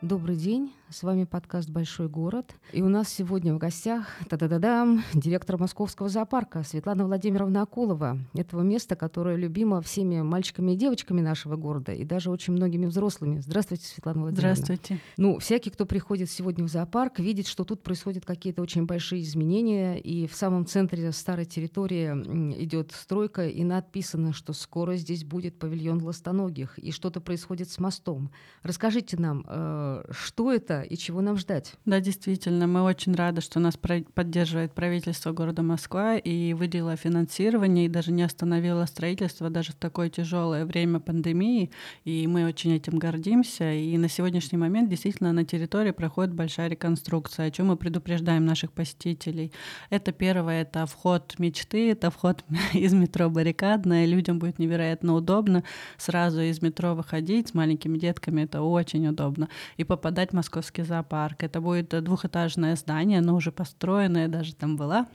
Добрый день, с вами подкаст «Большой город». И у нас сегодня в гостях директор Московского зоопарка Светлана Владимировна Акулова. Этого места, которое любимо всеми мальчиками и девочками нашего города, и даже очень многими взрослыми. Здравствуйте, Светлана Владимировна. Здравствуйте. Всякий, кто приходит сегодня в зоопарк, видит, что тут происходят какие-то очень большие изменения, и в самом центре старой территории идет стройка, и написано, что скоро здесь будет павильон ластоногих, и что-то происходит с мостом. Расскажите нам, что это и чего нам ждать? Да, действительно, мы очень рады, что нас поддерживает правительство города Москва и выделило финансирование, и даже не остановило строительство даже в такое тяжелое время пандемии, и мы очень этим гордимся. И на сегодняшний момент действительно на территории проходит большая реконструкция, о чем мы предупреждаем наших посетителей. Это первое, это вход мечты, это вход из метро Баррикадная, людям будет невероятно удобно сразу из метро выходить с маленькими детками, это очень удобно. И попадать в Московский зоопарк. Это будет двухэтажное здание, оно уже построенное, даже там была.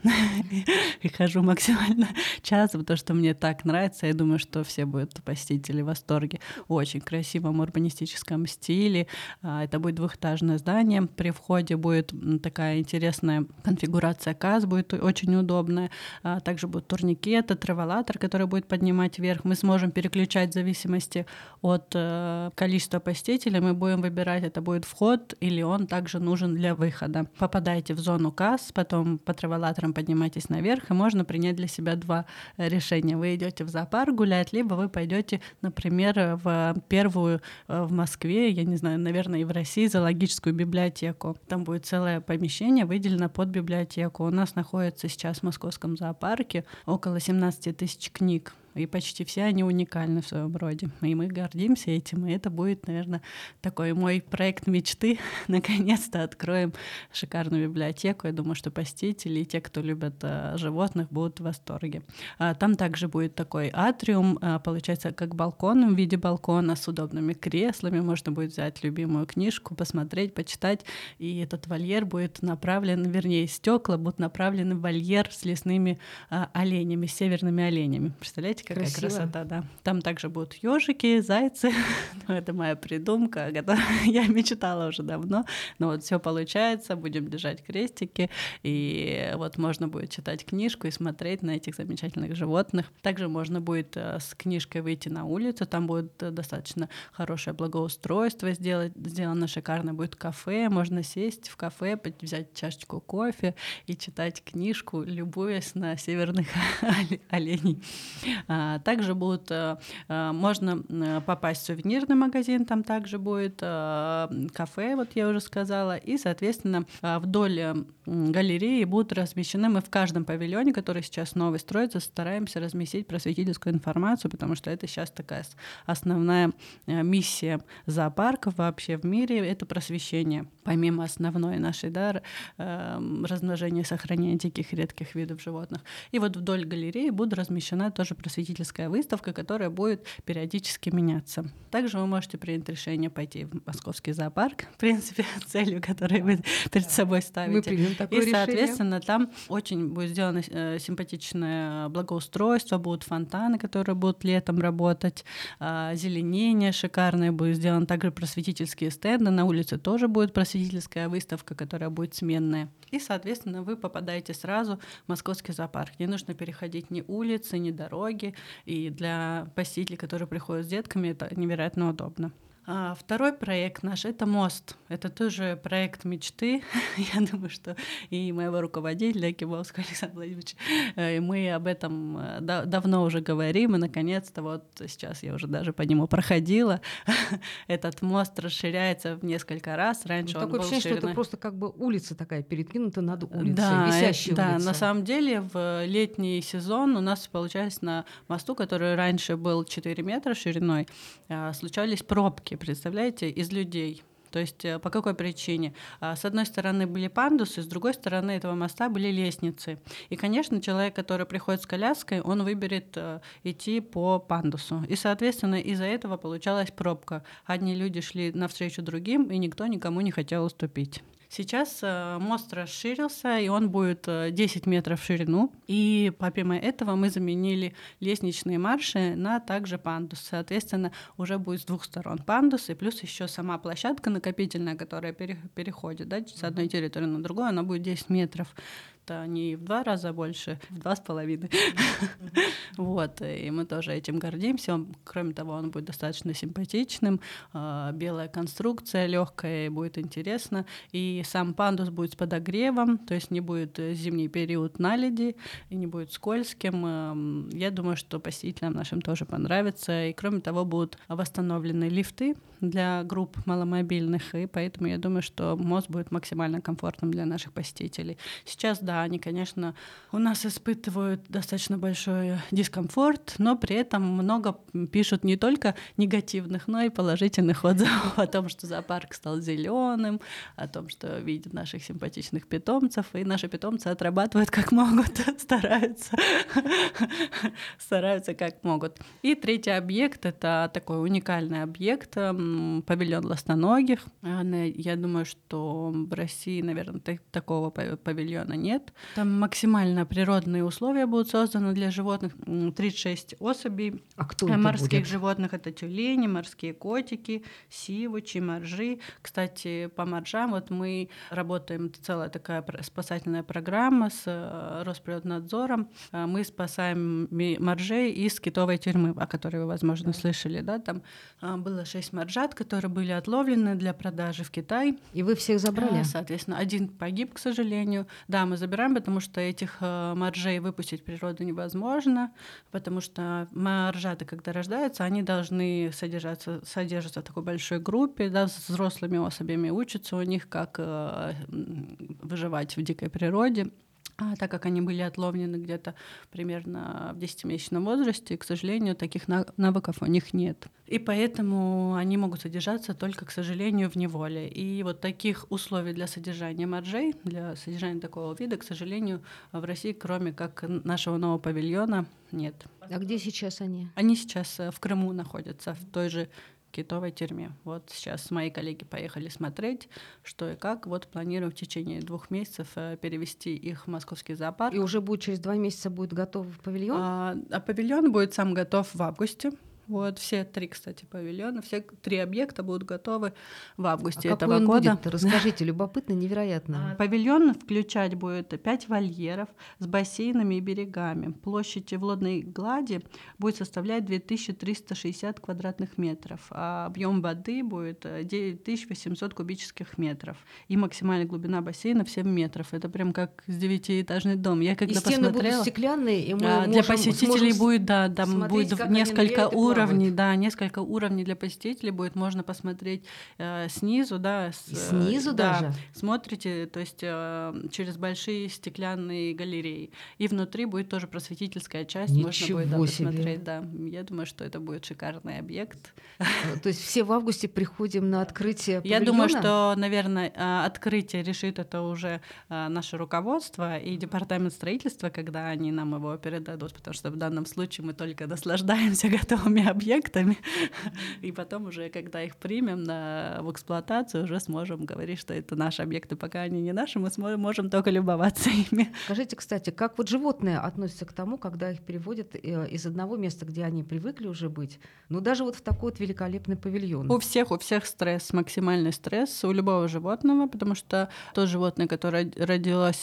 И хожу максимально часто, потому что мне так нравится. Я думаю, что все будут посетители в восторге. Очень красивом урбанистическом стиле. Это будет двухэтажное здание. При входе будет такая интересная конфигурация касс, будет очень удобная. Также будут турникеты, траволатор, который будет поднимать вверх. Мы сможем переключать в зависимости от количества посетителей. Мы будем выбирать, это будет вход или он также нужен для выхода. Попадаете в зону касс, потом по траволаторам поднимаетесь наверх, и можно принять для себя два решения. Вы идете в зоопарк гулять, либо вы пойдете, например, в первую в Москве, я не знаю, наверное, и в России, зоологическую библиотеку. Там будет целое помещение, выделено под библиотеку. У нас находится сейчас в Московском зоопарке около 17 тысяч книг. И почти все они уникальны в своем роде. И мы гордимся этим. И это будет, наверное, такой мой проект мечты. Наконец-то откроем шикарную библиотеку. Я думаю, что посетители и те, кто любят животных, будут в восторге. Там также будет такой атриум, получается, как балкон в виде балкона с удобными креслами. Можно будет взять любимую книжку, посмотреть, почитать. И этот вольер будет направлен, вернее, стекла будут направлены в вольер с лесными оленями, с северными оленями. Представляете? Какая Красиво. Красота, да. Там также будут ежики, зайцы. Это моя придумка, о которой я мечтала уже давно. Но вот все получается, будем держать крестики, и вот можно будет читать книжку и смотреть на этих замечательных животных. Также можно будет с книжкой выйти на улицу, там будет достаточно хорошее благоустройство сделано шикарно, будет кафе, можно сесть в кафе, взять чашечку кофе и читать книжку, любуясь на северных оленей. Также можно попасть в сувенирный магазин, там также будет кафе, вот я уже сказала, и, соответственно, вдоль галереи будут размещены, мы в каждом павильоне, который сейчас новый строится, стараемся разместить просветительскую информацию, потому что это сейчас такая основная миссия зоопарков вообще в мире, это просвещение, помимо основной нашей, размножения и сохранения диких и редких видов животных. И вот вдоль галереи будет размещена тоже просветительская выставка, которая будет периодически меняться. Также вы можете принять решение пойти в Московский зоопарк, в принципе, целью, которую вы перед собой ставите. Мы примем такое решение. Соответственно, там очень будет сделано симпатичное благоустройство, будут фонтаны, которые будут летом работать, зеленение шикарное будет сделано, также просветительские стенды, на улице тоже будет просветительская выставка, которая будет сменная. И, соответственно, вы попадаете сразу в Московский зоопарк. Не нужно переходить ни улицы, ни дороги, и для посетителей, которые приходят с детками, это невероятно удобно. Второй проект наш — это мост. Это тоже проект мечты. Я думаю, что и моего руководителя Кибовского Александра Владимировича, и мы об этом давно уже говорим, и наконец-то вот сейчас я уже даже по нему проходила. Этот мост расширяется в несколько раз. Раньше он такое был ощущение, шириной... что это просто как бы улица такая перекинута над улицей, Да, висящая улица. на самом деле в летний сезон у нас получалось на мосту, который раньше был 4 метра шириной, случались пробки, представляете, из людей. То есть по какой причине? С одной стороны были пандусы, с другой стороны этого моста были лестницы. И, конечно, человек, который приходит с коляской, он выберет идти по пандусу. И, соответственно, из-за этого получалась пробка. Одни люди шли навстречу другим, и никто никому не хотел уступить. Сейчас мост расширился, и он будет 10 метров в ширину. И помимо этого мы заменили лестничные марши на также пандус. Соответственно, уже будет с двух сторон пандус, и плюс еще сама площадка накопительная, которая переходит, да, с одной территории на другую, она будет 10 метров. Это не в 2 раза больше, в 2,5. Вот, и мы тоже этим гордимся. Кроме того, он будет достаточно симпатичным, белая конструкция, легкая, будет интересно. И сам пандус будет с подогревом, то есть не будет зимний период наледи и не будет скользким. Я думаю, что посетителям нашим тоже понравится. И кроме того, будут восстановлены лифты для групп маломобильных, и поэтому я думаю, что мост будет максимально комфортным для наших посетителей. Сейчас, да, они, конечно, у нас испытывают достаточно большой дискомфорт, но при этом много пишут не только негативных, но и положительных отзывов о том, что зоопарк стал зеленым, о том, что видят наших симпатичных питомцев, и наши питомцы отрабатывают как могут, стараются как могут. И третий объект — это такой уникальный объект, павильон ластоногих. Я думаю, что в России, наверное, такого павильона нет. Там максимально природные условия будут созданы для животных. 36 особей. А кто это морских будет? Животных — это тюлени, морские котики, сивучи, моржи. Кстати, по моржам вот мы работаем, целая такая спасательная программа с Росприроднадзором. Мы спасаем моржей из китовой тюрьмы, о которой вы, возможно, слышали. Да? Там было 6 моржат, которые были отловлены для продажи в Китай. И вы всех забрали? Соответственно, один погиб, к сожалению. Да, мы забираем, потому что этих моржей выпустить в природу невозможно, потому что моржата, когда рождаются, они должны содержаться в такой большой группе, да, с взрослыми особями, учатся у них, как выживать в дикой природе. А так как они были отловлены где-то примерно в 10-месячном возрасте, к сожалению, таких навыков у них нет. И поэтому они могут содержаться только, к сожалению, в неволе. И вот таких условий для содержания моржей, для содержания такого вида, к сожалению, в России, кроме как нашего нового павильона, нет. А где сейчас они? Они сейчас в Крыму находятся, в той же китовой тюрьме. Вот сейчас мои коллеги поехали смотреть, что и как. Вот планируем в течение 2 месяцев перевести их в московский зоопарк. И уже будет через 2 месяца будет готов павильон? А павильон будет сам готов в августе. Вот, все 3, кстати, павильона, все 3 объекта будут готовы в августе этого какой он года. Будет? Расскажите, любопытно, невероятно. Павильон включать будет 5 вольеров с бассейнами и берегами. Площадь в лодной глади будет составлять 2360 квадратных метров, а объем воды будет 9800 кубических метров. И максимальная глубина бассейна в 7 метров. Это прям как с 9-этажный дом. Я когда и стены посмотрела, будут стеклянные, и мы для посетителей будет, да, там будет несколько уровней, да, несколько уровней для посетителей будет, можно посмотреть снизу, да. Снизу даже? Да, смотрите, то есть через большие стеклянные галереи. И внутри будет тоже просветительская часть, Ничего можно будет себе. посмотреть, да. Я думаю, что это будет шикарный объект. То есть все в августе приходим на открытие павильона? Я думаю, что, наверное, открытие решит это уже наше руководство и департамент строительства, когда они нам его передадут, потому что в данном случае мы только наслаждаемся готовыми объектами, и потом уже, когда их примем в эксплуатацию, уже сможем говорить, что это наши объекты. Пока они не наши, мы можем только любоваться ими. Скажите, кстати, как вот животные относятся к тому, когда их переводят из одного места, где они привыкли уже быть, ну даже вот в такой вот великолепный павильон? У всех стресс, максимальный стресс у любого животного, потому что то животное, которое родилось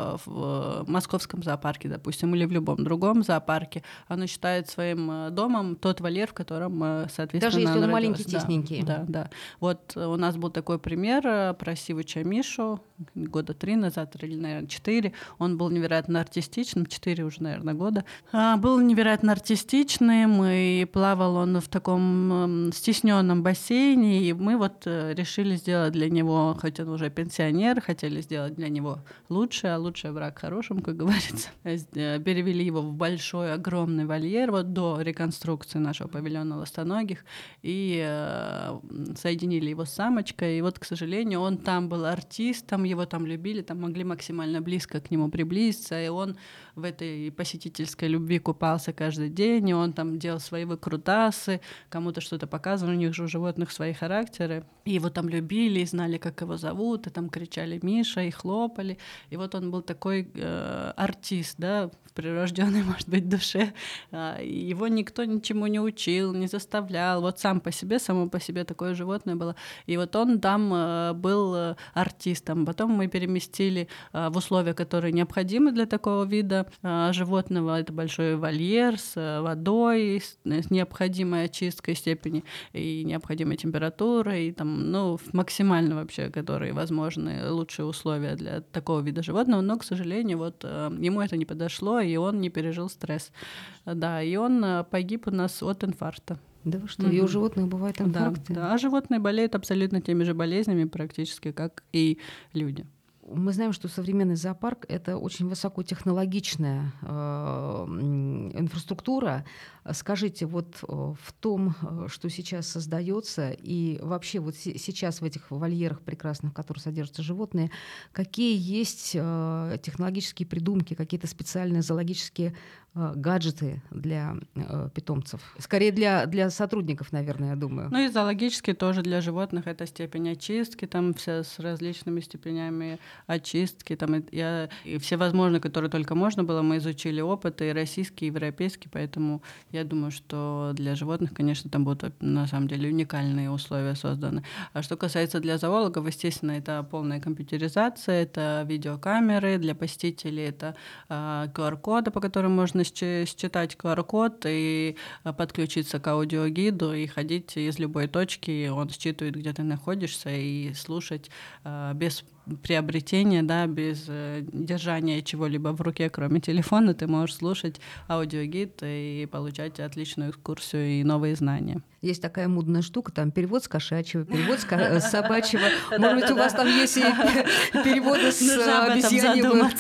в московском зоопарке, допустим, или в любом другом зоопарке, оно считает своим домом тот вольер, в котором, соответственно, даже если он маленький, родилась. тесненький. Да. Вот у нас был такой пример про сивуча Мишу 3 года назад, или, наверное, 4. Он был невероятно артистичным, 4 уже, наверное, года. Был невероятно артистичным, и плавал он в таком стесненном бассейне, и мы вот решили сделать для него, хоть он уже пенсионер, хотели сделать для него лучшее, а лучший враг хорошим, как говорится. Перевели его в большой, огромный вольер, вот до реконструкции нашего павильона ластоногих, и соединили его с самочкой. И вот, к сожалению, он там был артистом, его там любили, там могли максимально близко к нему приблизиться, и он в этой посетительской любви купался каждый день, и он там делал свои выкрутасы, кому-то что-то показывал, у них же у животных свои характеры, и его там любили, и знали, как его зовут, и там кричали «Миша», и хлопали, и вот он был такой артист, да, в прирожденной, может быть, душе, его никто ничему не учил, не заставлял, вот само по себе такое животное было, и вот он там был артистом. Потом мы переместили в условия, которые необходимы для такого вида животного. Это большой вольер с водой, с необходимой очисткой степени и необходимой температурой, и там, ну, максимально вообще, которые возможны лучшие условия для такого вида животного, но, к сожалению, вот ему это не подошло, и он не пережил стресс. Да, и он погиб у нас от инфаркта. Да вы что, и у животных бывают инфаркты? Да, а животные болеют абсолютно теми же болезнями практически, как и люди. Мы знаем, что современный зоопарк — это очень высокотехнологичная инфраструктура. Скажите, вот в том, что сейчас создается, и вообще вот сейчас в этих вольерах прекрасных, в которых содержатся животные, какие есть технологические придумки, какие-то специальные зоологические гаджеты для питомцев? Скорее для сотрудников, наверное, я думаю. Ну и зоологически тоже для животных это степень очистки, там все с различными степенями очистки, там и все возможные, которые только можно было, мы изучили опыты и российские, и европейские, поэтому я думаю, что для животных, конечно, там будут на самом деле уникальные условия созданы. А что касается для зоологов, естественно, это полная компьютеризация, это видеокамеры, для посетителей это QR-коды, по которым можно считать QR-код и подключиться к аудиогиду и ходить из любой точки, он считывает, где ты находишься, и слушать без приобретения, да, без держания чего-либо в руке, кроме телефона, ты можешь слушать аудиогид и получать отличную экскурсию и новые знания. Есть такая модная штука, там перевод с кошачьего, перевод с собачьего. Может быть, у вас там есть и переводы с обезьяньего.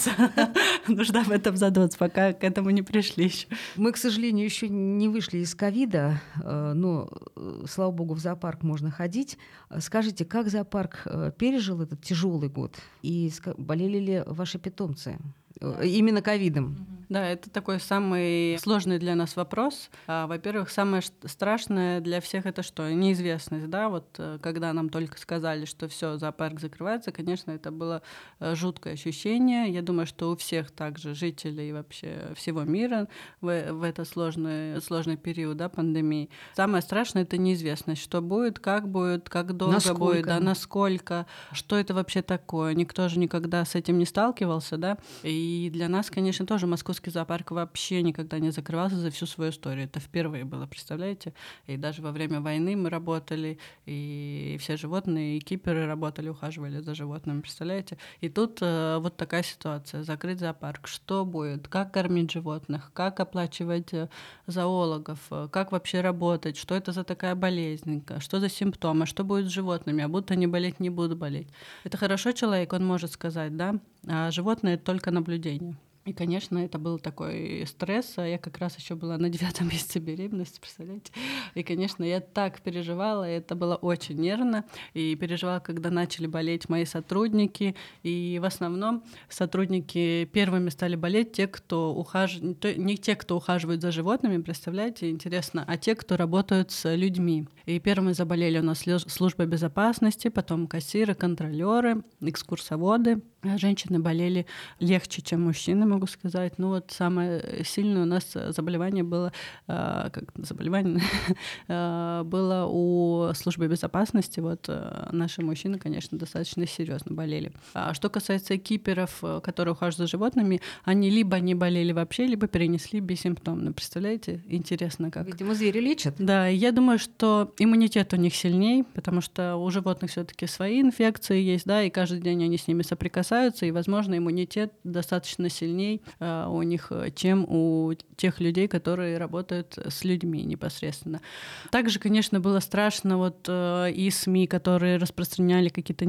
Нужно об этом задуматься, пока к этому не пришли еще. Мы, к сожалению, еще не вышли из ковида, но, слава богу, в зоопарк можно ходить. Скажите, как зоопарк пережил этот тяжелый год? И болели ли ваши питомцы именно ковидом? Да, это такой самый сложный для нас вопрос. Во-первых, самое страшное для всех это что? Неизвестность, да, вот когда нам только сказали, что все, зоопарк закрывается, конечно, это было жуткое ощущение. Я думаю, что у всех также жителей вообще всего мира в этот сложный период, да, пандемии. Самое страшное — это неизвестность, что будет, как долго будет, да, насколько, что это вообще такое. Никто же никогда с этим не сталкивался, да, и для нас, конечно, тоже Московский зоопарк вообще никогда не закрывался за всю свою историю. Это впервые было, представляете? И даже во время войны мы работали, и все животные, и киперы работали, ухаживали за животными, представляете? И тут вот такая ситуация. Закрыть зоопарк. Что будет? Как кормить животных? Как оплачивать зоологов? Как вообще работать? Что это за такая болезнь? Что за симптомы? Что будет с животными? А будут они болеть, не будут болеть? Это хорошо человек, он может сказать, да? А животные — это только наблюдение. И, конечно, это был такой стресс. Я как раз еще была на 9-м месяце беременности, представляете? И, конечно, я так переживала, и это было очень нервно. И переживала, когда начали болеть мои сотрудники. И в основном сотрудники первыми стали болеть те, кто не те, кто ухаживают за животными, представляете, интересно, а те, кто работают с людьми. И первыми заболели у нас служба безопасности, потом кассиры, контролеры, экскурсоводы. Женщины болели легче, чем мужчины, могу сказать. Ну вот самое сильное у нас заболевание было, было у службы безопасности. Вот наши мужчины, конечно, достаточно серьезно болели. А что касается киперов, которые ухаживают за животными, они либо не болели вообще, либо перенесли бессимптомно. Представляете? Интересно как. Видимо, звери лечат. Да, я думаю, что иммунитет у них сильней, потому что у животных все-таки свои инфекции есть, да, и каждый день они с ними соприкасаются. опасаются, и, возможно, иммунитет достаточно сильней у них, чем у тех людей, которые работают с людьми непосредственно. Также, конечно, было страшно и СМИ, которые распространяли какие-то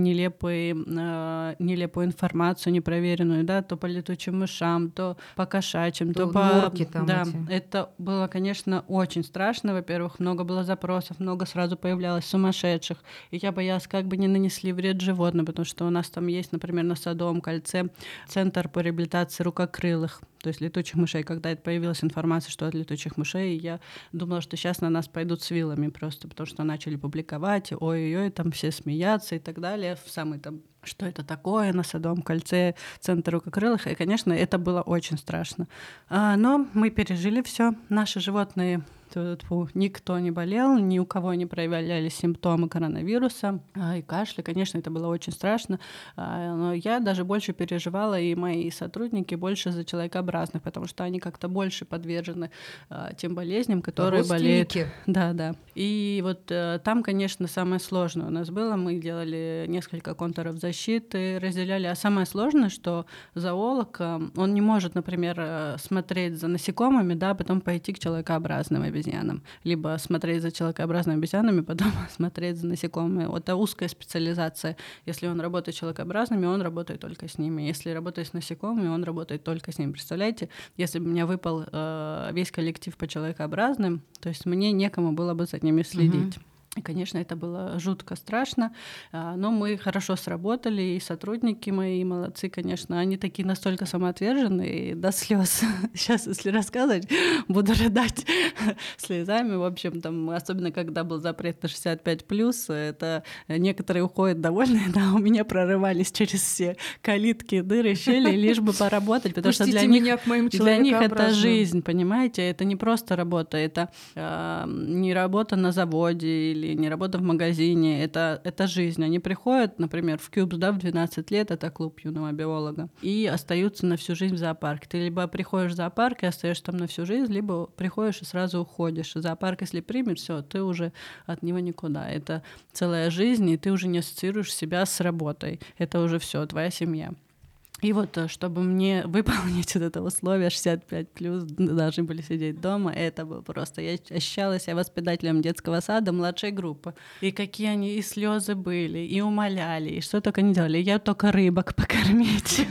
нелепую информацию, непроверенную, да, то по летучим мышам, то по кошачьим, то по... Норки там да, эти. это было, конечно, очень страшно. Во-первых, много было запросов, много сразу появлялось сумасшедших. И я боялась, как бы не нанесли вред животным, потому что у нас там есть, например, на Садовом кольце центр по реабилитации рукокрылых, то есть летучих мышей. Когда это появилась информация, что от летучих мышей, я думала, что сейчас на нас пойдут с вилами просто, потому что начали публиковать, ой-ой-ой, там все смеяться и так далее, в самый там, что это такое на Садовом кольце, центр рукокрылых. И, конечно, это было очень страшно. Но мы пережили все. Наши животные, никто не болел, ни у кого не проявлялись симптомы коронавируса и кашля. Конечно, это было очень страшно. Но я даже больше переживала, и мои сотрудники больше за человекообразных, потому что они как-то больше подвержены тем болезням, которые болеют. Да. И там, конечно, самое сложное у нас было. Мы делали несколько контуров защиты, разделяли. А самое сложное, что зоолог, он не может, например, смотреть за насекомыми, да, потом пойти к человекообразным обезьянам, либо смотреть за человекообразными обезьянами, потом смотреть за насекомыми. Это узкая специализация. Если он работает с человекообразными, он работает только с ними. Если работает с насекомыми, он работает только с ними. Представляете, если бы у меня выпал весь коллектив по человекообразным, то есть мне некому было бы за ними следить. И, конечно, это было жутко страшно, но мы хорошо сработали, и сотрудники мои молодцы, конечно, они такие настолько самоотверженные до слез. Сейчас, если рассказывать, буду рыдать слезами. В общем, там, особенно когда был запрет на 65+, это некоторые уходят довольные, да, у меня прорывались через все калитки, дыры, щели, лишь бы поработать, потому что для них это жизнь, понимаете, это не просто работа, это не работа на заводе или не работа в магазине, это жизнь. Они приходят, например, в Cubes, да, в 12 лет, это клуб юного биолога, и остаются на всю жизнь в зоопарке. Ты либо приходишь в зоопарк и остаешься там на всю жизнь, либо приходишь и сразу уходишь. Зоопарк, если примет, все, ты уже от него никуда. Это целая жизнь, и ты уже не ассоциируешь себя с работой. Это уже все, твоя семья. И чтобы мне выполнить это условие 65+, должны были сидеть дома, это было просто... Я ощущала себя воспитателем детского сада младшей группы. И какие они и слезы были, и умоляли, и что только не делали. Я только рыбок покормить.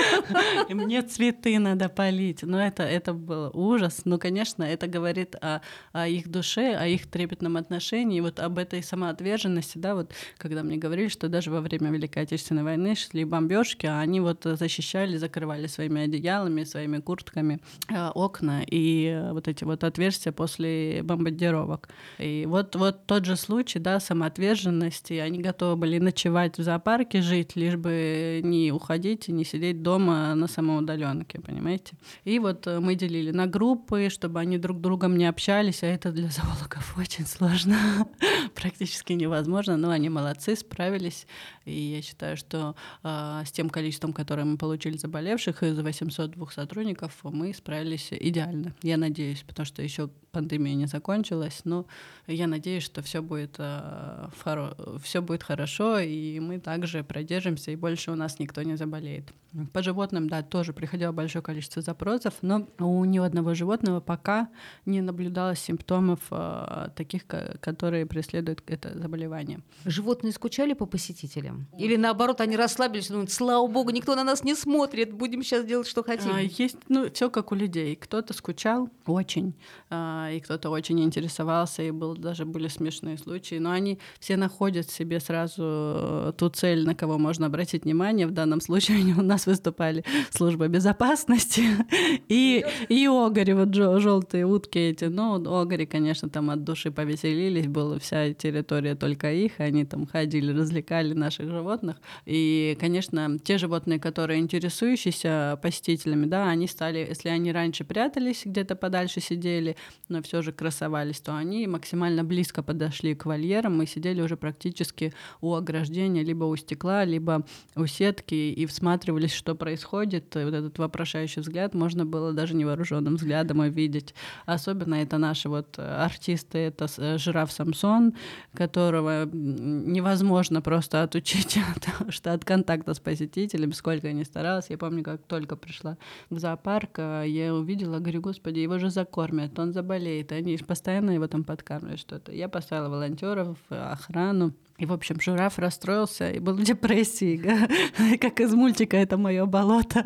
И мне цветы надо полить. Но это был ужас. Ну, конечно, это говорит о их душе, о их трепетном отношении, об этой самоотверженности, да, когда мне говорили, что даже во время Великой Отечественной войны шли бомбёжки, а они защищали, закрывали своими одеялами, своими куртками окна и эти отверстия после бомбардировок. И тот же случай, да, самоотверженности, они готовы были ночевать в зоопарке, жить, лишь бы не уходить и не сидеть дома на самоудаленке, понимаете? И мы делили на группы, чтобы они друг с другом не общались, а это для зоологов очень сложно, практически невозможно, но они молодцы, справились, и я считаю, что с тем количеством, которое мы получили заболевших, из 802 сотрудников мы справились идеально. Я надеюсь, потому что еще пандемия не закончилась, но я надеюсь, что все будет хорошо, и мы также продержимся, и больше у нас никто не заболеет. По животным, да, тоже приходило большое количество запросов, но у ни одного животного пока не наблюдалось симптомов таких, которые преследуют это заболевание. Животные скучали по посетителям? Или наоборот, они расслабились, думают, слава богу, никто на нас не смотрит, будем сейчас делать, что хотим? Есть, все как у людей. Кто-то скучал очень, и кто-то очень интересовался, и были смешные случаи, но они все находят в себе сразу ту цель, на кого можно обратить внимание. В данном случае они у нас выступали служба безопасности и огори, желтые утки эти. Ну, огори, конечно, там от души повеселились, была вся территория только их, они там ходили, развлекали наших животных. И, конечно, те животные, которые которые интересующиеся посетителями, да, они стали, если они раньше прятались, где-то подальше сидели, но все же красовались, то они максимально близко подошли к вольерам и сидели уже практически у ограждения, либо у стекла, либо у сетки, и всматривались, что происходит. И вот этот вопрошающий взгляд можно было даже невооруженным взглядом увидеть. Особенно это наши вот артисты, это жираф Самсон, которого невозможно просто отучить, потому что от контакта с посетителем, сколько я ни старалась. Я помню, как только пришла в зоопарк, я увидела, говорю, господи, его же закормят, он заболеет, они постоянно его там подкармливают что-то. Я поставила волонтеров, охрану. И, в общем, жираф расстроился и был в депрессии, как из мультика «Это мое болото».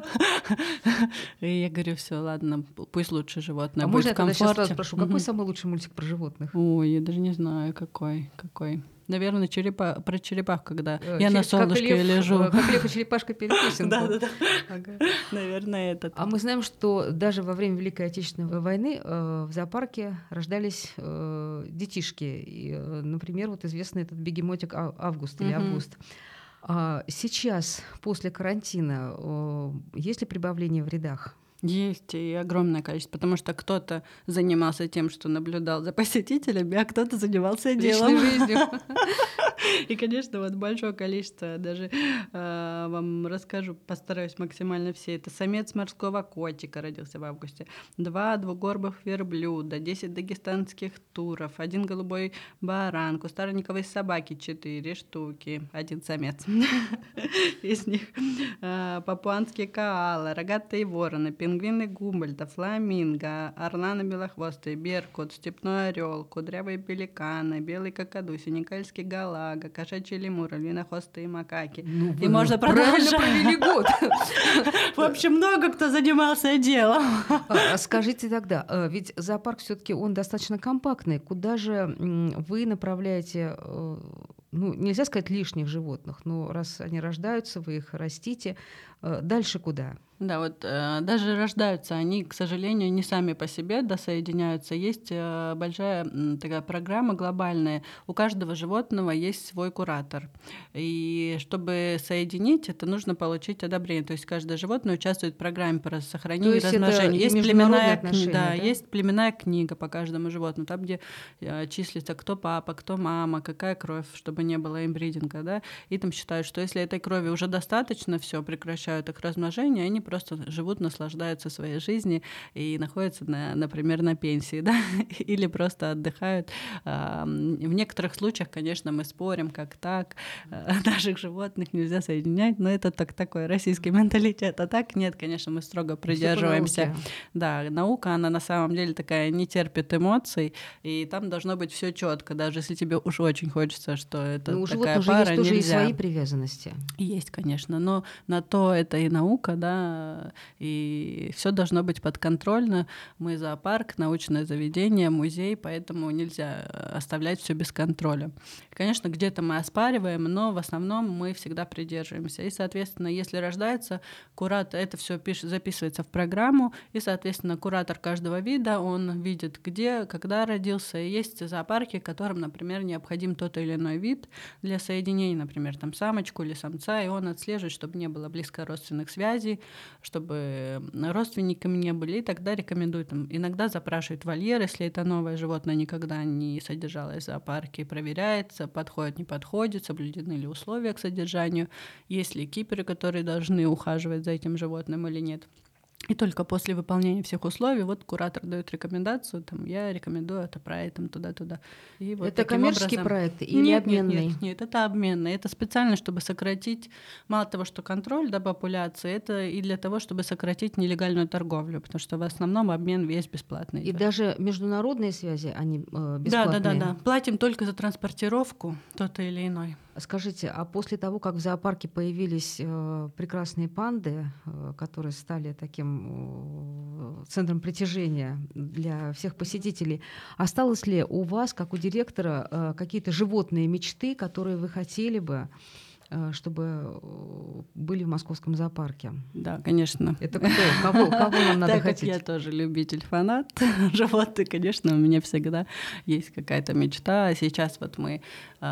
И я говорю, все, ладно, пусть лучше животное будет в комфорте. Можно я тогда сейчас сразу спрошу, какой самый лучший мультик про животных? Ой, я даже не знаю, какой. Наверное, про черепах, когда я на солнышке лежу. Как лев и черепашка пели песенку. Да. Наверное, этот. А мы знаем, что даже во время Великой Отечественной войны в зоопарке рождались детишки. И, например, вот известный этот бегемотик Август или Август. Сейчас, после карантина, есть ли прибавление в рядах? Есть, и огромное количество, потому что кто-то занимался тем, что наблюдал за посетителями, а кто-то занимался делом. Личной жизнью. И, конечно, вот большое количество, даже вам расскажу, постараюсь максимально все. Это самец морского котика родился в августе, 2 двугорбых верблюда, 10 дагестанских туров, 1 голубой баран, кустарниковой собаки 4 штуки, 1 самец. Из них папуанские коалы, рогатые вороны, пингвины Гумбольдта, фламинго, орланы белохвостые, беркут, степной орел, кудрявые пеликаны, белый какаду, синекальский галага, кошачий лемур, львинохвостые макаки. Ну, и можно правильно провели год. В общем, много кто занимался делом. Скажите тогда, ведь зоопарк все-таки он достаточно компактный. Куда же вы направляете, ну, нельзя сказать лишних животных, но раз они рождаются, вы их растите, дальше куда? Да, вот даже рождаются они, к сожалению, не сами по себе досоединяются. Есть большая такая программа глобальная. У каждого животного есть свой куратор. И чтобы соединить, это нужно получить одобрение. То есть каждое животное участвует в программе по сохранению и размножению. Есть племенная книга, да, есть племенная книга по каждому животному, там, где числится кто папа, кто мама, какая кровь, чтобы не было имбридинга, да. И там считают, что если этой крови уже достаточно, все прекращают их размножение, они просто живут, наслаждаются своей жизнью и находятся, например, на пенсии, да, или просто отдыхают. В некоторых случаях, конечно, мы спорим, как так, наших животных нельзя соединять, но это такой российский менталитет. А так нет, конечно, мы строго придерживаемся. Да, наука, она на самом деле такая не терпит эмоций, и там должно быть все четко, даже если тебе уж очень хочется, что это такая пара, нельзя. Тоже есть свои привязанности. Есть, конечно, но на то это и наука, да, и все должно быть подконтрольно. Мы зоопарк, научное заведение, музей, поэтому нельзя оставлять все без контроля. Конечно, где-то мы оспариваем, но в основном мы всегда придерживаемся. И, соответственно, если рождается куратор, это все записывается в программу, и, соответственно, куратор каждого вида, он видит, где, когда родился. И есть зоопарки, которым, например, необходим тот или иной вид для соединения, например, там самочку или самца, и он отслеживает, чтобы не было близкородственных связей, чтобы родственниками не были, и тогда рекомендуют. Иногда запрашивают вольер, если это новое животное никогда не содержалось в зоопарке, проверяется, подходит, не подходит, соблюдены ли условия к содержанию, есть ли киперы, которые должны ухаживать за этим животным или нет. И только после выполнения всех условий вот куратор дает рекомендацию, там, я рекомендую отправить там, туда-туда. И вот это коммерческий проект или обменный? Нет, это обменный. Это специально, чтобы сократить, мало того, что контроль до популяции, это и для того, чтобы сократить нелегальную торговлю, потому что в основном обмен весь бесплатный. И даже международные связи, они бесплатные? Да. Платим только за транспортировку, тот или иной. Скажите, а после того, как в зоопарке появились прекрасные панды, которые стали таким центром притяжения для всех посетителей, осталось ли у вас, как у директора, какие-то животные мечты, которые вы хотели бы чтобы были в московском зоопарке? Да, конечно. Это кто? Кого нам надо Так как хотеть? я тоже любитель, фанат животных, конечно, у меня всегда есть какая-то мечта. Сейчас вот мы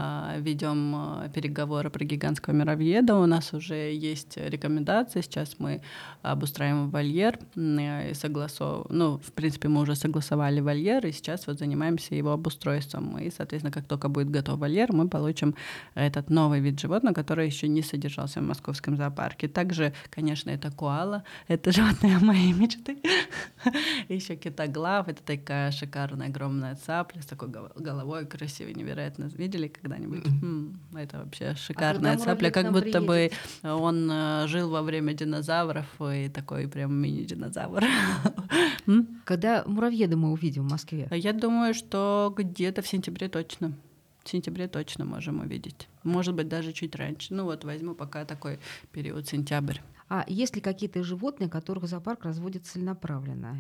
ведем переговоры про гигантского муравьеда. У нас уже есть рекомендации. Сейчас мы обустраиваем вольер и ну, в принципе, мы уже согласовали вольер, и сейчас вот занимаемся его обустройством. И, соответственно, как только будет готов вольер, мы получим этот новый вид животного, который еще не содержался в московском зоопарке. Также, конечно, это коала. Это животное моей мечты. Еще китоглав. Это такая шикарная огромная цапля с такой головой красивой, невероятно. Видели когда-нибудь? Это вообще шикарная цапля. Как будто бы он жил во время динозавров и такой прям мини-динозавр. Когда муравьеда мы увидим в Москве? Я думаю, что где-то в сентябре точно. В сентябре точно можем увидеть. Может быть, даже чуть раньше. Ну вот возьму пока такой период сентябрь. А есть ли какие-то животные, которых зоопарк разводит целенаправленно?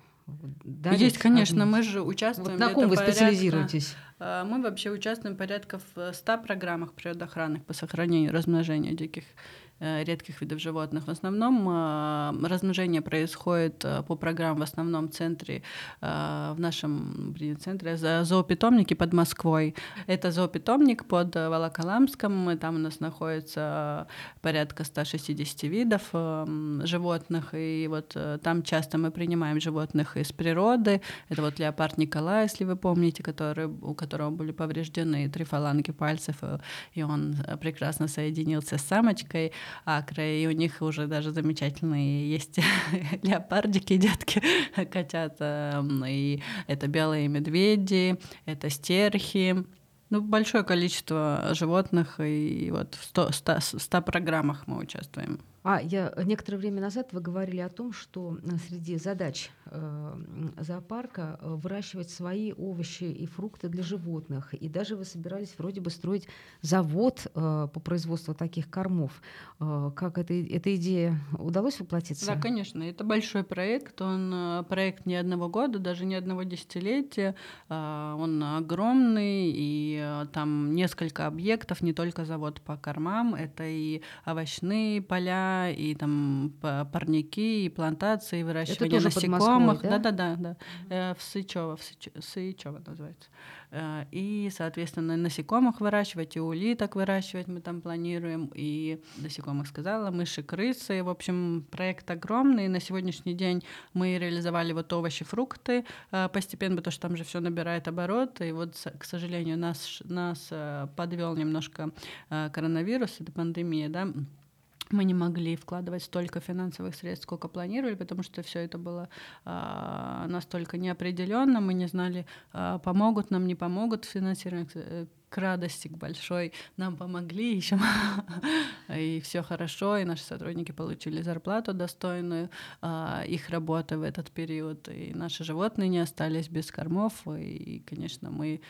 Есть, конечно, мы же участвуем. Вот на ком вы специализируетесь? Мы вообще участвуем порядка в 100 программах природоохранных по сохранению и размножению диких редких видов животных. В основном размножение происходит по программам в основном центре, в нашем центре зоопитомнике под Москвой. Это зоопитомник под Волоколамском. Там у нас находится порядка 160 видов животных. И вот там часто мы принимаем животных из природы. Это вот леопард Николай, если вы помните, у которого были повреждены 3 фаланги пальцев, и он прекрасно соединился с самочкой Акры, и у них уже даже замечательные есть леопардики, детки, котята, и это белые медведи, это стерхи. Ну, большое количество животных, и вот в 100 программах мы участвуем. Некоторое время назад вы говорили о том, что среди задач зоопарка выращивать свои овощи и фрукты для животных. И даже вы собирались вроде бы строить завод по производству таких кормов. Как эта идея удалось воплотиться? Да, конечно. Это большой проект. Он проект не одного года, даже не одного десятилетия. Он огромный, и там несколько объектов, не только завод по кормам. Это и овощные поля, и там парники, и плантации, и выращивание насекомых. Да. В Сычево называется. И, соответственно, насекомых выращивать, и улиток выращивать мы там планируем, и насекомых сказала, мыши, крысы. В общем, проект огромный. На сегодняшний день мы реализовали вот овощи, фрукты постепенно, потому что там же все набирает обороты. И вот, к сожалению, нас подвел немножко коронавирус, это пандемия, да. Мы не могли вкладывать столько финансовых средств, сколько планировали, потому что все это было настолько неопределенно. Мы не знали, помогут нам, не помогут финансирование. К радости, к большой, нам помогли еще, и все хорошо, и наши сотрудники получили зарплату достойную их работы в этот период, и наши животные не остались без кормов, и, конечно, мы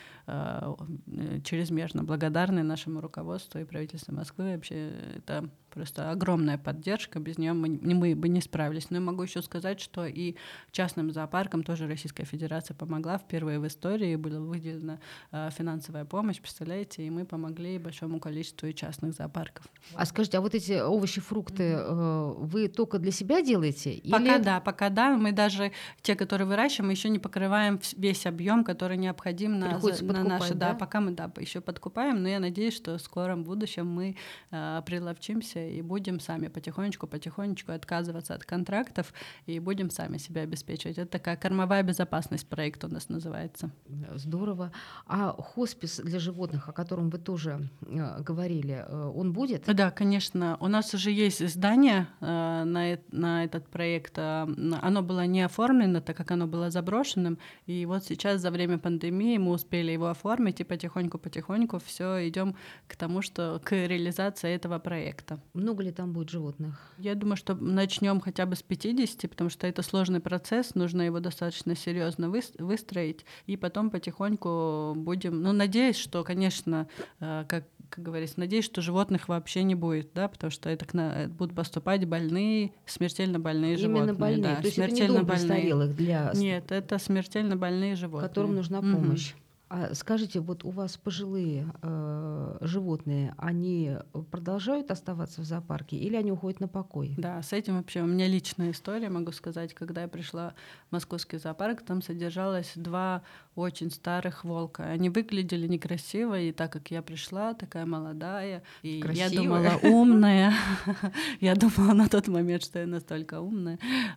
чрезмерно благодарны нашему руководству и правительству Москвы. Вообще это просто огромная поддержка, без нее мы бы не справились. Но я могу еще сказать, что и частным зоопаркам тоже Российская Федерация помогла. Впервые в истории была выделена финансовая помощь, представляете, и мы помогли большому количеству и частных зоопарков. А скажите, а вот эти овощи, фрукты вы только для себя делаете? Пока да. Мы даже те, которые выращиваем, еще не покрываем весь объем, который необходим на наши. Да, пока мы еще подкупаем, но я надеюсь, что в скором будущем мы приловчимся и будем сами потихонечку отказываться от контрактов и будем сами себя обеспечивать. Это такая кормовая безопасность, проект у нас называется. Здорово. А хоспис для животных, о котором вы тоже говорили, он будет? Да, конечно. У нас уже есть здание на этот проект. Оно было не оформлено, так как оно было заброшенным. И вот сейчас за время пандемии мы успели его оформить, и потихоньку все идем к тому, что к реализации этого проекта. Много ли там будет животных? Я думаю, что начнем хотя бы с 50, потому что это сложный процесс, нужно его достаточно серьезно выстроить, и потом потихоньку будем, надеюсь, что, конечно, как говорится, надеюсь, что животных вообще не будет, да, потому что это будут поступать больные, смертельно больные животные. Именно больные, да, то есть это не дом престарелых для... Нет, это смертельно больные животные. Которым нужна помощь. А скажите, вот у вас пожилые животные, они продолжают оставаться в зоопарке или они уходят на покой? Да, с этим вообще у меня личная история, могу сказать. Когда я пришла в московский зоопарк, там содержалось 2 очень старых волка. Они выглядели некрасиво, и так как я пришла, такая молодая, и я Красивые. думала умная, я думала на тот момент, что я настолько умная,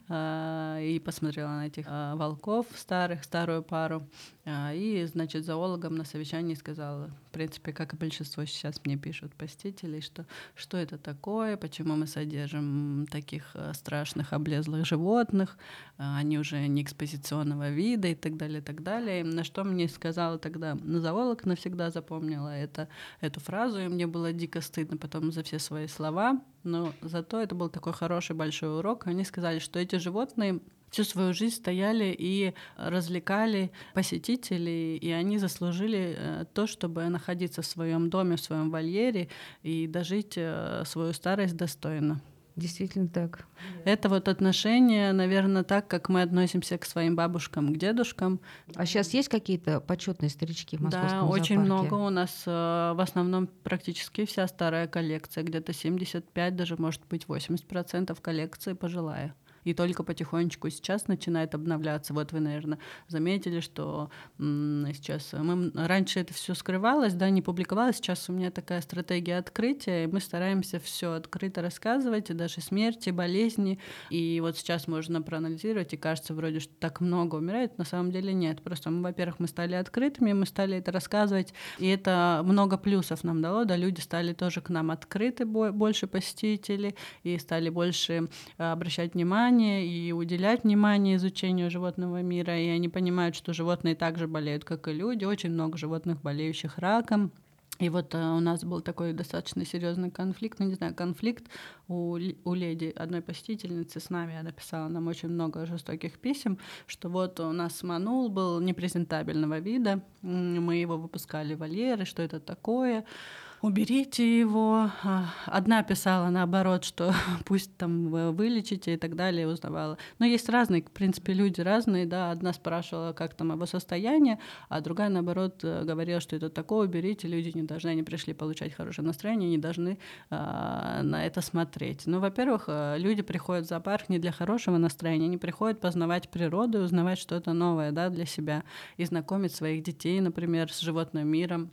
и посмотрела на этих волков старых, старую пару, и, значит, зоологам на совещании сказала, в принципе, как и большинство сейчас мне пишут посетителей, что это такое, почему мы содержим таких страшных облезлых животных, они уже не экспозиционного вида и так далее, и так далее. На что мне сказала тогда зоолог, навсегда запомнила эту фразу, и мне было дико стыдно потом за все свои слова, но зато это был такой хороший большой урок. Они сказали, что эти животные всю свою жизнь стояли и развлекали посетителей, и они заслужили то, чтобы находиться в своем доме, в своем вольере и дожить свою старость достойно. Действительно так. Это вот отношение, наверное, так, как мы относимся к своим бабушкам, к дедушкам. А сейчас есть какие-то почетные старички в Да, московском очень зоопарке? много. У нас в основном практически вся старая коллекция, где-то 75, даже может быть 80% коллекции пожилая. И только потихонечку сейчас начинает обновляться. Вот вы, наверное, заметили, что сейчас раньше это все скрывалось, да, не публиковалось. Сейчас у меня такая стратегия открытия, и мы стараемся все открыто рассказывать, и даже смерти, болезни. И вот сейчас можно проанализировать, и кажется вроде, что так много умирает. На самом деле нет. Просто, во-первых, мы стали открытыми, мы стали это рассказывать, и это много плюсов нам дало, да, люди стали тоже к нам открыты, больше посетителей, и стали больше обращать внимание и уделять внимание изучению животного мира, и они понимают, что животные также болеют, как и люди. Очень много животных, болеющих раком. И вот у нас был такой достаточно серьезный конфликт, ну не знаю, конфликт у леди, одной посетительницы с нами, она писала нам очень много жестоких писем, что вот у нас манул был непрезентабельного вида, мы его выпускали в вольеры, что это такое, уберите его. Одна писала наоборот, что пусть там вылечите и так далее, узнавала. Но есть разные, в принципе, люди разные, да. Одна спрашивала, как там его состояние, а другая, наоборот, говорила, что это такое, уберите, люди не должны, они пришли получать хорошее настроение, не должны на это смотреть. Ну, во-первых, люди приходят в зоопарк не для хорошего настроения, они приходят познавать природу и узнавать что-то новое, да, для себя, и знакомить своих детей, например, с животным миром.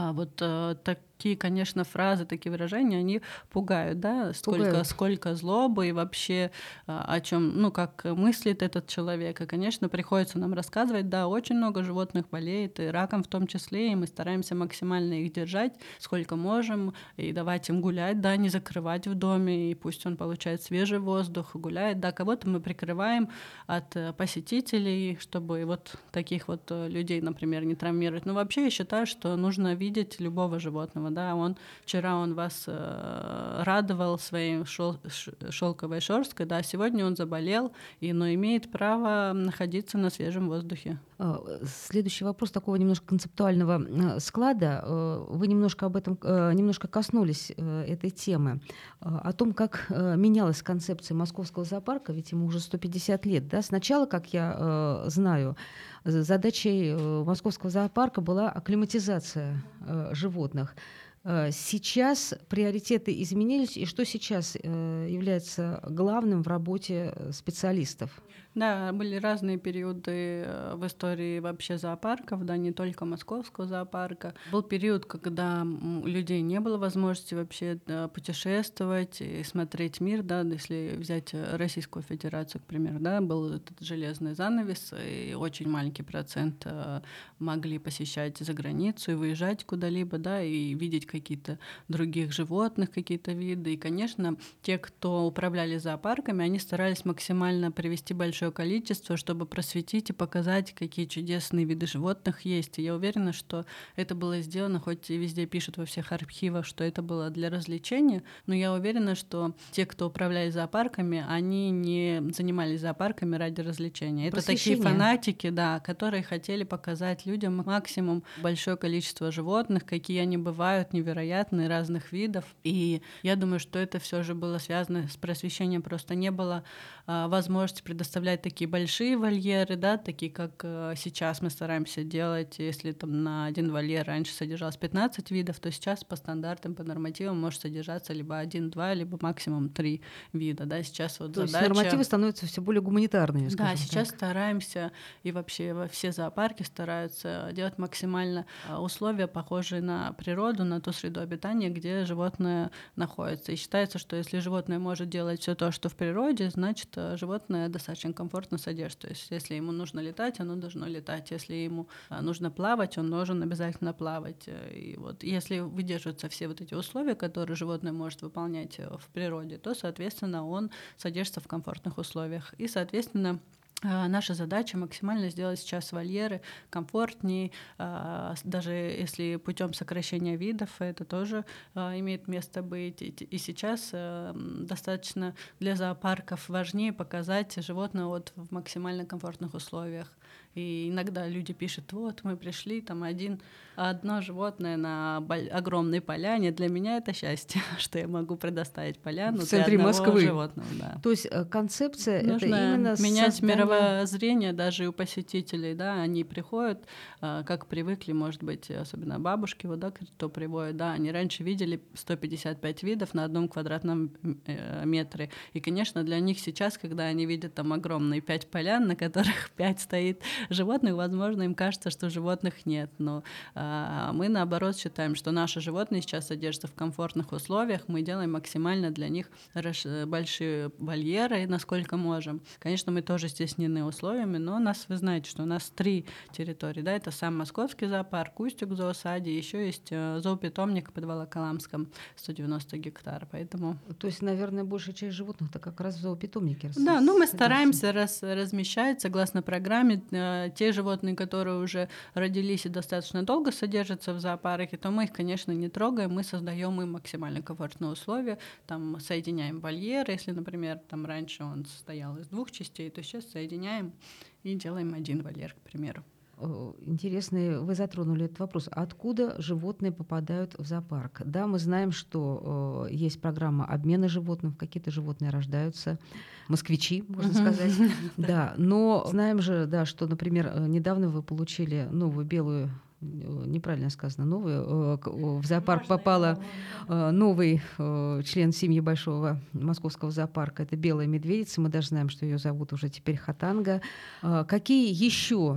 Такие, конечно, фразы, такие выражения, они пугают, да, сколько злобы и вообще о чем, ну, как мыслит этот человек. И, конечно, приходится нам рассказывать, да, очень много животных болеет, и раком в том числе, и мы стараемся максимально их держать, сколько можем, и давать им гулять, да, не закрывать в доме, и пусть он получает свежий воздух, гуляет, да, кого-то мы прикрываем от посетителей, чтобы вот таких вот людей, например, не травмировать. Но вообще я считаю, что нужно видеть любого животного, да, вчера он вас радовал своей шелковой шерсткой, да, сегодня он заболел, но имеет право находиться на свежем воздухе. Следующий вопрос такого немножко концептуального склада. Вы немножко об этом, немножко коснулись этой темы. О том, как менялась концепция московского зоопарка, ведь ему уже 150 лет. Да? Сначала, как я знаю, задачей московского зоопарка была акклиматизация животных. Сейчас приоритеты изменились, и что сейчас является главным в работе специалистов? Да, были разные периоды в истории вообще зоопарков, да, не только московского зоопарка. Был период, когда у людей не было возможности вообще путешествовать и смотреть мир, да, если взять Российскую Федерацию, к примеру, да, был этот железный занавес, и очень маленький процент могли посещать за границу и выезжать куда-либо, да, и видеть какие-то других животных, какие-то виды. И, конечно, те, кто управляли зоопарками, они старались максимально привести большое количество, чтобы просветить и показать, какие чудесные виды животных есть. И я уверена, что это было сделано, хоть и везде пишут во всех архивах, что это было для развлечения, но я уверена, что те, кто управляли зоопарками, они не занимались зоопарками ради развлечения. Это такие фанатики, да, которые хотели показать людям максимум большое количество животных, какие они бывают, невероятные, разных видов. И я думаю, что это все же было связано с просвещением. Просто не было возможности предоставлять такие большие вольеры, да, такие, как сейчас мы стараемся делать. Если там на один вольер раньше содержалось 15 видов, то сейчас по стандартам, по нормативам может содержаться либо 1-2, либо максимум 3 вида. Да. Сейчас вот То есть задача... нормативы становятся все более гуманитарными, скажем Да, сейчас так. стараемся, и вообще во все зоопарки стараются делать максимально условия, похожие на природу, на ту среду обитания, где животное находится. И считается, что если животное может делать все то, что в природе, значит, животное достаточно комфортно содержится. То есть если ему нужно летать, оно должно летать. Если ему нужно плавать, он должен обязательно плавать. И вот если выдерживаются все вот эти условия, которые животное может выполнять в природе, то, соответственно, он содержится в комфортных условиях. И, соответственно, наша задача максимально сделать сейчас вольеры комфортнее, даже если путем сокращения видов, это тоже имеет место быть. И сейчас достаточно для зоопарков важнее показать животное вот в максимально комфортных условиях. И иногда люди пишут: вот мы пришли, там одно животное на огромной поляне. Для меня это счастье, что я могу предоставить поляну в центре для одного Москвы. животного. Да. То есть концепция Нужно это именно менять создание... мировоззрение даже у посетителей, да, они приходят, как привыкли, может быть, особенно бабушки, вот, да, кто приводит, да, они раньше видели 155 видов на 1 квадратном метре, и, конечно, для них сейчас, когда они видят там огромные 5 полян, на которых 5 стоит животных, возможно, им кажется, что животных нет, но мы, наоборот, считаем, что наши животные сейчас содержатся в комфортных условиях, мы делаем максимально для них большие вольеры, насколько можем. Конечно, мы тоже стеснены условиями, но вы знаете, что у нас 3 территории, да, это сам Московский зоопарк, Устюг в зоосаде, еще есть зоопитомник под Волоколамском, 190 гектар, поэтому... То есть, наверное, большая часть животных-то как раз в зоопитомнике. Да, ну мы стараемся размещать, согласно программе, те животные, которые уже родились и достаточно долго содержатся в зоопарке, то мы их, конечно, не трогаем, мы создаем им максимально комфортные условия, там соединяем вольеры, если, например, там раньше он состоял из 2 частей, то сейчас соединяем и делаем 1 вольер, к примеру. Интересно, вы затронули этот вопрос. Откуда животные попадают в зоопарк? Да, мы знаем, что есть программа обмена животных, какие-то животные рождаются, москвичи, можно сказать. Да, но знаем же, да, что, например, недавно вы получили новую белую, неправильно сказано, новую, в зоопарк попала новый член семьи Большого Московского зоопарка. Это белая медведица. Мы даже знаем, что ее зовут уже теперь Хатанга. Какие еще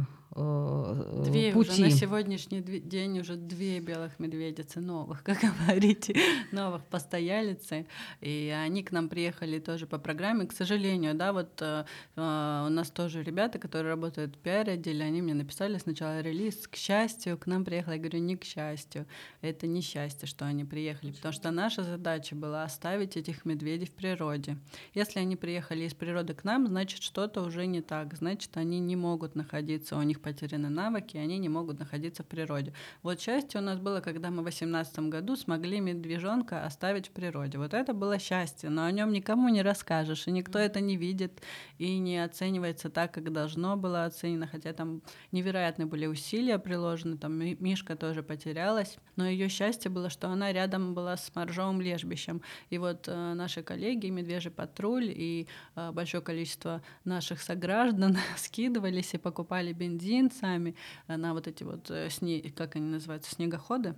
пути? Уже на сегодняшний день уже 2 белых медведицы новых, как говорите, новых постоялицы. И они к нам приехали тоже по программе. К сожалению, да, вот у нас тоже ребята, которые работают в пиар-отделе, они мне написали сначала релиз. К счастью, к нам приехали. Я говорю, не к счастью. Это не счастье, что они приехали, потому что наша задача была оставить этих медведей в природе. Если они приехали из природы к нам, значит, что-то уже не так. Значит, они не могут находиться, у них потеряны навыки, и они не могут находиться в природе. Вот счастье у нас было, когда мы в 2018 году смогли медвежонка оставить в природе. Вот это было счастье, но о нем никому не расскажешь, и никто это не видит, и не оценивается так, как должно было оценено, хотя там невероятные были усилия приложены, там Мишка тоже потерялась, но ее счастье было, что она рядом была с моржовым лежбищем. И вот наши коллеги, Медвежий патруль и большое количество наших сограждан скидывались и покупали бензин сами на вот эти вот, как они называются, снегоходы.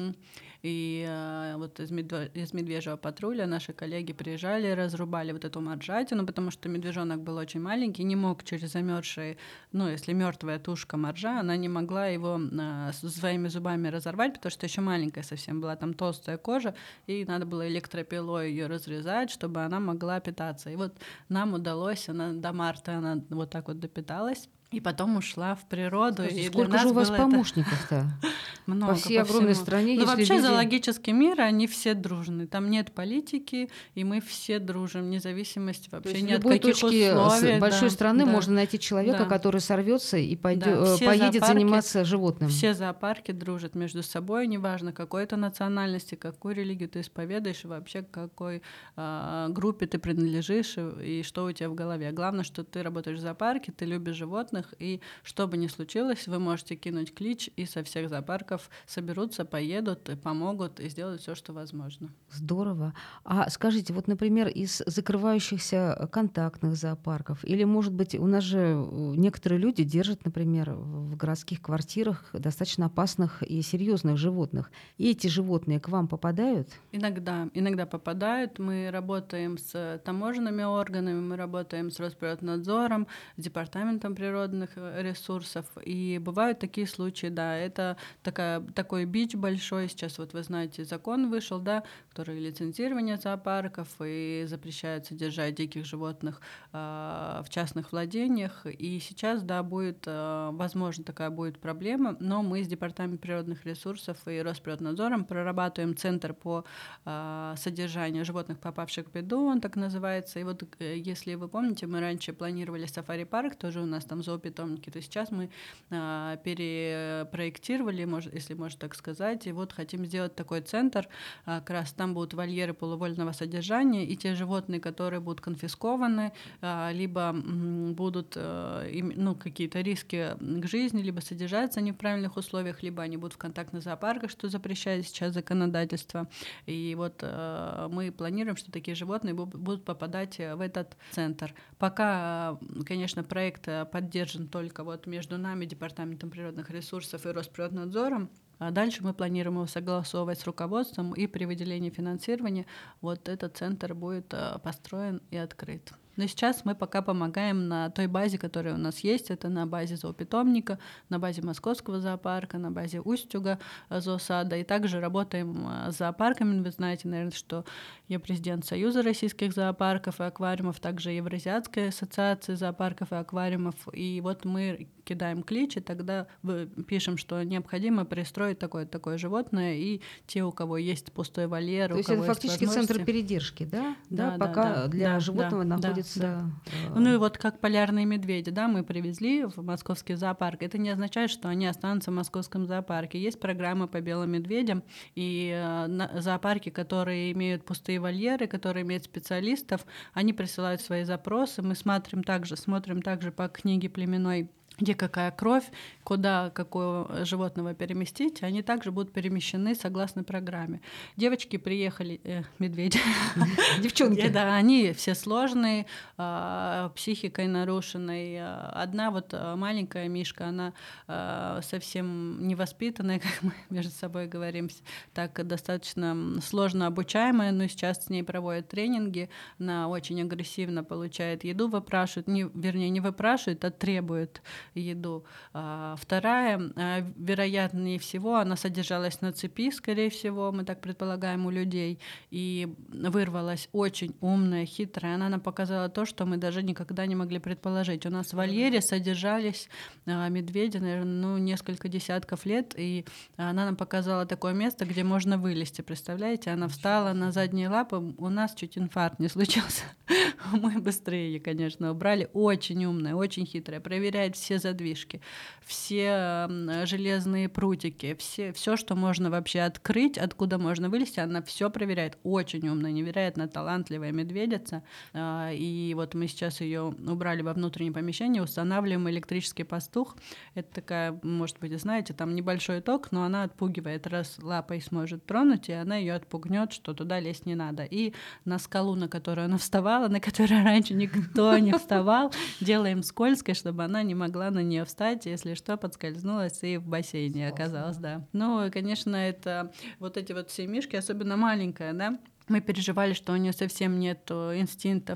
И вот из Медвежьего патруля наши коллеги приезжали, разрубали вот эту моржатину, потому что медвежонок был очень маленький, не мог через замерзшие, ну, если мертвая тушка моржа, она не могла его своими зубами разорвать, потому что еще маленькая совсем была, там толстая кожа, и надо было электропилой ее разрезать, чтобы она могла питаться. И вот нам удалось, до марта она вот так вот допиталась, и потом ушла в природу. Слушайте, и сколько же у вас помощников-то? Много, по всей огромной всему. стране. Ну, вообще, люди... зоологический мир, они все дружны. Там нет политики, и мы все дружим, вне зависимости вообще ни от каких условий. Большой страны да, можно найти человека, который сорвется и поедет зоопарки, заниматься животным. Все зоопарки дружат между собой, неважно, какой то национальности, какую религию ты исповедуешь, и вообще к какой группе ты принадлежишь, и что у тебя в голове. Главное, что ты работаешь в зоопарке, ты любишь животных, животных, и что бы ни случилось, вы можете кинуть клич, и со всех зоопарков соберутся, поедут, и помогут, и сделают все, что возможно. Здорово. А скажите, вот, например, из закрывающихся контактных зоопарков, или, может быть, у нас же некоторые люди держат, например, в городских квартирах достаточно опасных и серьезных животных. И эти животные к вам попадают? Иногда попадают. Мы работаем с таможенными органами, мы работаем с Росприроднадзором, с Департаментом природных ресурсов. И бывают такие случаи, да, это такой бич большой. Сейчас вот вы знаете, закон вышел, да, который лицензирование зоопарков и запрещает содержать диких животных в частных владениях. И сейчас, да, будет, возможно, такая будет проблема, но мы с Департаментом природных ресурсов и Росприроднадзором прорабатываем центр по содержанию животных, попавших в беду, он так называется. И вот, если вы помните, мы раньше планировали сафари-парк, тоже у нас там зоопитомники, то сейчас мы перепроектировали, если можно так сказать, и вот хотим сделать такой центр, как раз там будут вольеры полувольного содержания, и те животные, которые будут конфискованы, либо будут какие-то риски к жизни, либо содержаться они в правильных условиях, либо они будут в контактных зоопарках, что запрещает сейчас законодательство. И вот мы планируем, что такие животные будут попадать в этот центр. Пока, конечно, проект поддержан только вот между нами, Департаментом природных ресурсов и Росприроднадзором. А дальше мы планируем его согласовывать с руководством, и при выделении финансирования вот этот центр будет построен и открыт. Но сейчас мы пока помогаем на той базе, которая у нас есть. Это на базе зоопитомника, на базе Московского зоопарка, на базе Устюга зоосада. И также работаем с зоопарками. Вы знаете, наверное, что я президент Союза российских зоопарков и аквариумов, также Евразиатской ассоциации зоопарков и аквариумов. И вот мы кидаем клич, и тогда пишем, что необходимо пристроить такое животное, и те, у кого есть пустой вольер, то есть это фактически центр передержки, да? Да, пока для животного находится... Да. Ну и вот как полярные медведи, да, мы привезли в Московский зоопарк. Это не означает, что они останутся в Московском зоопарке. Есть программы по белым медведям, и зоопарки, которые имеют пустые вольеры, которые имеют специалистов, они присылают свои запросы. Мы смотрим также по книге племенной, где какая кровь, куда какое животного переместить, они также будут перемещены согласно программе. Девочки приехали, медведи, девчонки, да, они все сложные, психикой нарушенной. Одна вот маленькая Мишка, она совсем невоспитанная, как мы между собой говорим, так достаточно сложно обучаемая, но сейчас с ней проводят тренинги, она очень агрессивно получает еду, не выпрашивает, а требует еду. Вторая, вероятнее всего, она содержалась на цепи, скорее всего, мы так предполагаем, у людей, и вырвалась очень умная, хитрая. Она нам показала то, что мы даже никогда не могли предположить. У нас в вольере содержались медведи, наверное, несколько десятков лет, и она нам показала такое место, где можно вылезти, представляете? Она встала на задние лапы, у нас чуть инфаркт не случился. Мы быстрее, конечно, убрали. Очень умная, очень хитрая, проверяет все задвижки, все железные прутики, все, что можно вообще открыть, откуда можно вылезти, она все проверяет. Очень умная, невероятно талантливая медведица. И вот мы сейчас ее убрали во внутреннее помещение, устанавливаем электрический пастух. Это такая, может быть, знаете, там небольшой ток, но она отпугивает. Раз лапой сможет тронуть, и она ее отпугнет, что туда лезть не надо. И на скалу, на которую она вставала, на которую раньше никто не вставал, делаем скользкой, чтобы она не могла на нее встать, если что, подскользнулась и в бассейне оказалась, да. Ну, и, конечно, это вот эти вот все мишки, особенно маленькая, да, мы переживали, что у нее совсем нет инстинктов,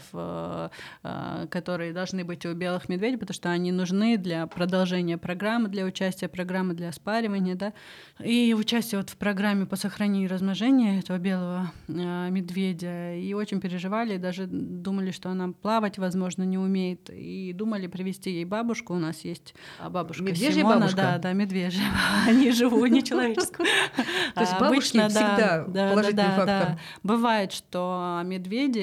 которые должны быть у белых медведей, потому что они нужны для продолжения программы, для участия программы, для оспаривания, да, и участия вот в программе по сохранению и размножению этого белого медведя. И очень переживали, даже думали, что она плавать, возможно, не умеет, и думали привезти ей бабушку. У нас есть бабушка медвежья Симона, бабушка? Да, медвежья, не живую, не человеческую. То есть бабушки всегда положительный фактор. Бывает, что медведи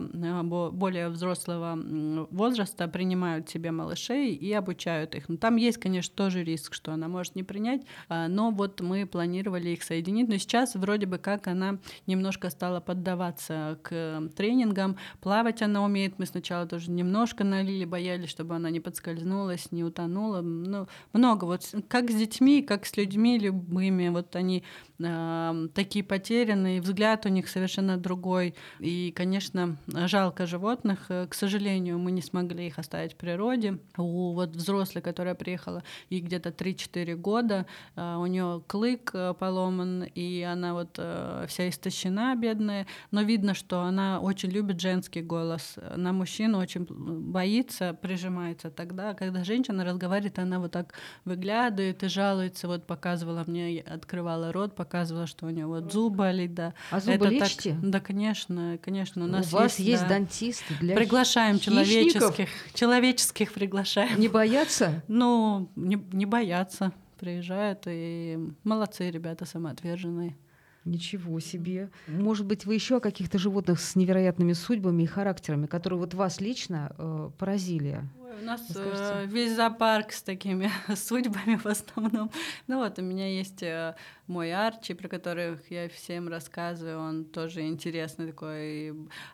более взрослого возраста принимают себе малышей и обучают их. Но там есть, конечно, тоже риск, что она может не принять, но вот мы планировали их соединить. Но сейчас вроде бы как она немножко стала поддаваться к тренингам. Плавать она умеет. Мы сначала тоже немножко налили, боялись, чтобы она не подскользнулась, не утонула. Ну, много. Вот как с детьми, как с людьми любыми. Вот они такие потерянные, взгляд у них совершенно другой. И, конечно, жалко животных. К сожалению, мы не смогли их оставить в природе. У вот взрослой, которая приехала, ей где-то 3-4 года, у нее клык поломан, и она вот вся истощена, бедная. Но видно, что она очень любит женский голос. На мужчину очень боится, прижимается тогда. Когда женщина разговаривает, она вот так выглядывает и жалуется. Вот показывала мне, открывала рот, показывала, что у нее вот зуб болит, да. А зубы лечите? Так, да, конечно, конечно. У нас вас есть да, дантисты для приглашаем хищников? человеческих приглашаем. Не боятся? Ну, не боятся. Приезжают, и молодцы ребята, самоотверженные. Ничего себе. Может быть, вы еще о каких-то животных с невероятными судьбами и характерами, которые вот вас лично поразили? У нас весь зоопарк с такими судьбами в основном. Ну вот у меня есть мой Арчи, про которых я всем рассказываю. Он тоже интересный такой.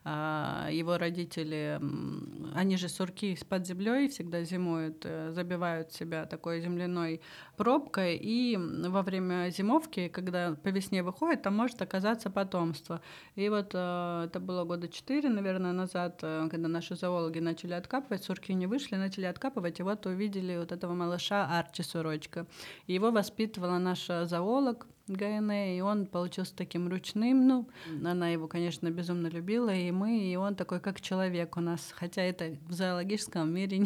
Его родители, они же сурки под землей всегда зимуют, забивают себя такой земляной пробкой. И во время зимовки, когда по весне выходит, там может оказаться потомство. И вот это было года 4, наверное, назад, когда наши зоологи начали откапывать, сурки не вышли, начали откапывать, и вот увидели вот этого малыша Арчи Сурочка. Его воспитывала наша зоолог ГНЭ, и он получился таким ручным. Ну, она его, конечно, безумно любила, и он такой, как человек у нас. Хотя это в зоологическом мире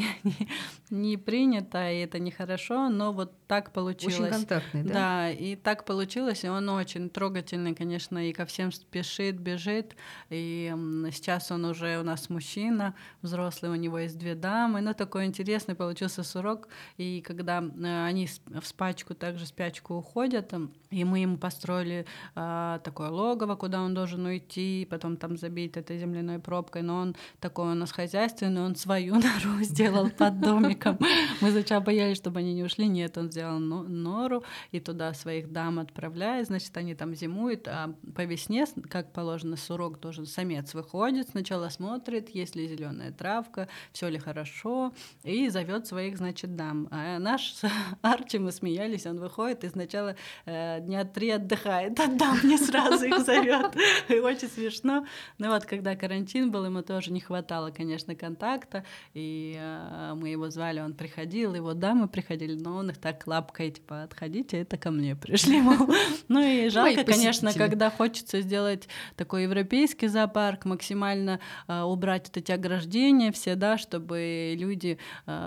не принято, и это нехорошо, но вот так получилось. Очень контактный, да? Да, и так получилось, и он очень трогательный, конечно, и ко всем спешит, бежит. И сейчас он уже у нас мужчина, взрослый, у него есть 2 дамы. Ну, такой интересный получился сурок. И когда они в спячку уходят, и мы ему построили такое логово, куда он должен уйти, потом там забить этой земляной пробкой, но он такой у нас хозяйственный, он свою нору сделал под домиком. Мы сначала боялись, чтобы они не ушли, нет, он сделал нору и туда своих дам отправляет, значит, они там зимуют, а по весне, как положено, сурок должен, самец выходит, сначала смотрит, есть ли зеленая травка, все ли хорошо, и зовет своих, значит, дам. А наш Арчи, мы смеялись, он выходит и сначала дня 3 отдыхает, а дам не сразу их зовет. И очень смешно. Ну вот, когда карантин был, ему тоже не хватало, конечно, контакта, и мы его звали, он приходил, его дамы приходили, но он их так лапкой, типа, отходите, это ко мне пришли, мол. Ну и жалко, конечно, когда хочется сделать такой европейский зоопарк, максимально убрать вот эти ограждения все, да, чтобы люди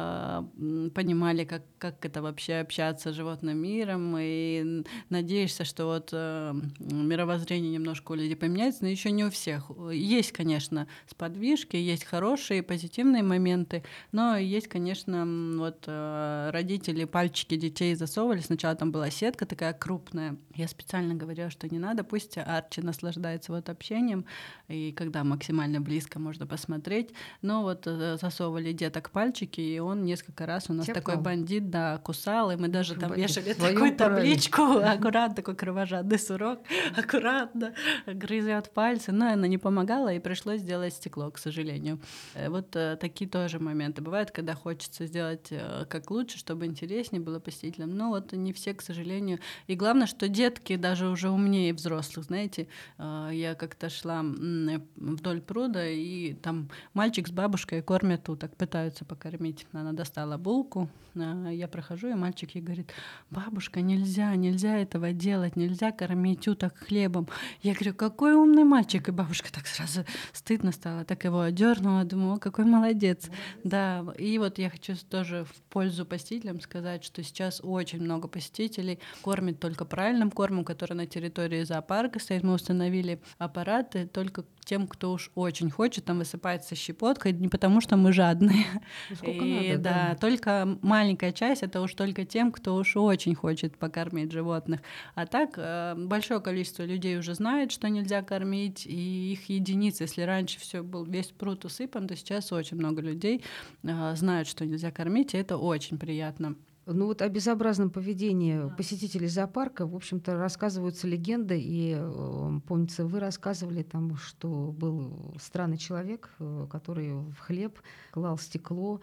понимали, как это вообще общаться с животным миром, и надеешься, что вот мировоззрение немножко у людей поменяется, но еще не у всех. Есть, конечно, сподвижки, есть хорошие, позитивные моменты, но есть, конечно, вот родители пальчики детей засовывали. Сначала там была сетка такая крупная. Я специально говорила, что не надо, пусть Арчи наслаждается вот общением, и когда максимально близко можно посмотреть. Но вот засовывали деток пальчики, и он несколько раз у нас такой бандит, да, кусал, и мы даже там вешали такую табличку, аккуратно, такой кровожадный сурок, аккуратно грызет пальцы, но она не помогала, и пришлось сделать стекло, к сожалению. Вот такие тоже моменты бывают, когда хочется сделать как лучше, чтобы интереснее было посетителям, но вот не все, к сожалению. И главное, что детки даже уже умнее взрослых, знаете. Я как-то шла вдоль пруда, и там мальчик с бабушкой кормят уток, пытаются покормить. Она достала булку, я прохожу, и мальчик ей говорит: бабушка, нельзя этого делать, нельзя кормить уток хлебом. Я говорю: какой умный мальчик. И бабушка так сразу стыдно стало, так его одернула, думаю: о, какой молодец. Да, и вот я хочу тоже в пользу посетителям сказать, что сейчас очень много посетителей кормят только правильным кормом, который на территории зоопарка стоит. Мы установили аппараты только тем, кто уж очень хочет, там высыпается щепотка, не потому что мы жадные. Ну, сколько И надо, да, да. только маленькая часть — это уж только тем, кто уж очень хочет покормить животных. А так большое количество людей уже знает, что нельзя кормить, и их единицы. Если раньше все был весь пруд усыпан, то сейчас очень много людей знают, что нельзя кормить, и это очень приятно. Ну вот о безобразном поведении посетителей зоопарка, в общем-то, рассказываются легенды, и, помнится, вы рассказывали там, что был странный человек, который в хлеб клал стекло,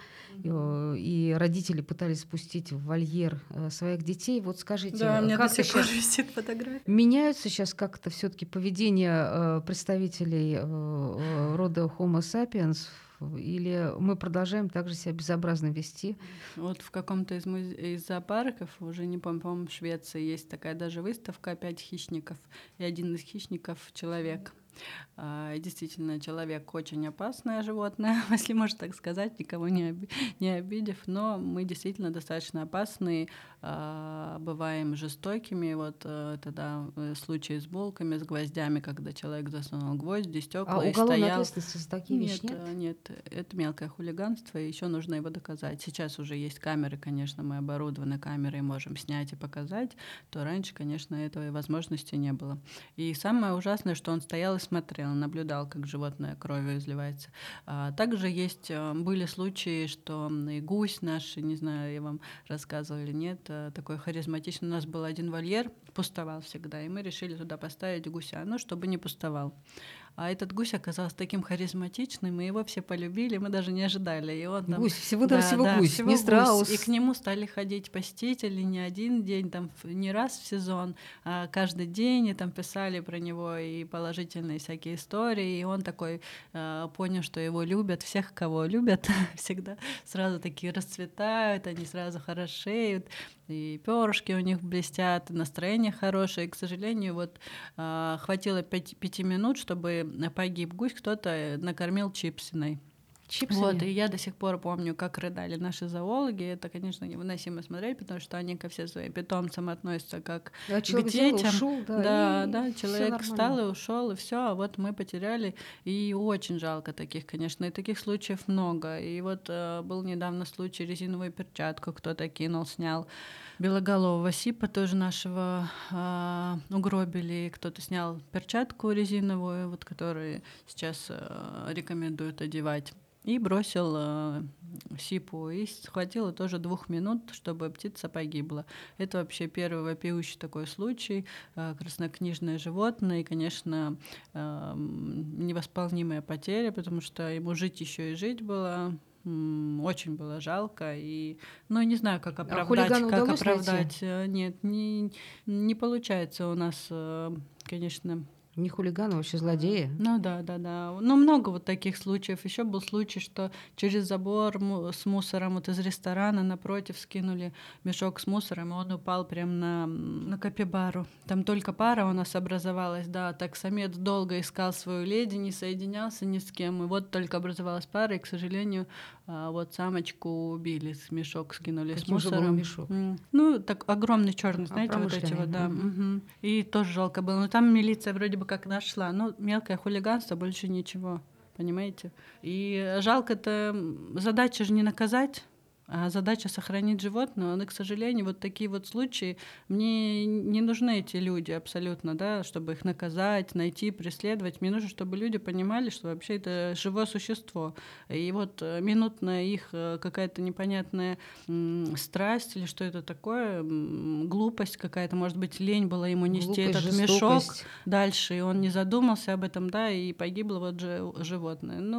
и родители пытались спустить в вольер своих детей. Вот скажите, Да, у меня до как сих пор сейчас висит фотография. меняются сейчас как-то все-таки поведение представителей рода Homo sapiens, или мы продолжаем также себя безобразно вести? Вот в каком-то из зоопарков, уже не помню, по-моему, в Швеции есть такая даже выставка «5 хищников», и один из хищников — человек. Действительно, человек очень опасное животное, если можно так сказать, никого не обидев, но мы действительно достаточно опасные, бываем жестокими. Вот тогда случаи с булками, с гвоздями, когда человек засунул гвозди, А стекла и уголовной стоял. ответственности за такие вещи нет? Нет, это мелкое хулиганство, и еще нужно его доказать. Сейчас уже есть камеры, конечно, мы оборудованы камерой, можем снять и показать, то раньше, конечно, этой возможности не было. И самое ужасное, что он стоял и смотрел, наблюдал, как животное кровью изливается. Также были случаи, что и гусь наш, не знаю, я вам рассказывала или нет, такой харизматичный. У нас был один вольер, пустовал всегда, и мы решили туда поставить гуся, чтобы не пустовал. А этот гусь оказался таким харизматичным, и его все полюбили, мы даже не ожидали. И он там, Гусь, всего-навсего гусь, всего не гусь. страус. И к нему стали ходить посетители не один день, там не раз в сезон, а каждый день, и там писали про него и положительные всякие истории. И он такой понял, что его любят, всех, кого любят, всегда сразу такие расцветают, они сразу хорошеют, и перышки у них блестят, и настроение хорошее. И, к сожалению, хватило 5 минут, чтобы погиб гусь, кто-то накормил чипсиной. Чипсами? И я до сих пор помню, как рыдали наши зоологи. Это, конечно, невыносимо смотреть, потому что они ко всем своим питомцам относятся как к Человек детям. взял, ушел, Да, всё человек встал нормально. и ушел, и все. А вот мы потеряли. И очень жалко таких, конечно. И таких случаев много. И был недавно случай, резиновую перчатку кто-то кинул, снял. Белоголового сипа тоже нашего угробили. Кто-то снял перчатку резиновую, которую сейчас рекомендуют одевать, и бросил сипу. И хватило тоже 2 минут, чтобы птица погибла. Это вообще первый вопиющий такой случай. Краснокнижное животное, и, конечно, невосполнимая потеря, потому что ему жить еще и жить было. Очень было жалко, и не знаю, как оправдать. Хулигану удалось найти? Нет, не получается у нас, конечно. Не хулиганы, вообще злодеи. Да. Много таких случаев. Еще был случай, что через забор с мусором из ресторана напротив скинули мешок с мусором, и он упал прямо на капибару. Там только пара у нас образовалась, да, так самец долго искал свою леди, не соединялся ни с кем, и только образовалась пара, и, к сожалению, самочку убили, мешок скинули с мусором. Каким же был мешок? Так огромный черный, знаете, да. Угу. И тоже жалко было. Но там милиция вроде бы как нашла. Мелкое хулиганство, больше ничего, понимаете? И жалко-то, задача же не наказать, а задача сохранить животное. Но, к сожалению, такие случаи, мне не нужны эти люди абсолютно, да, чтобы их наказать, найти, преследовать. Мне нужно, чтобы люди понимали, что вообще это живое существо. И минутная их какая-то непонятная страсть или что это такое, глупость какая-то, может быть, лень была ему нести Глупость, этот мешок дальше, и он не задумался об этом, да, и погибло животное.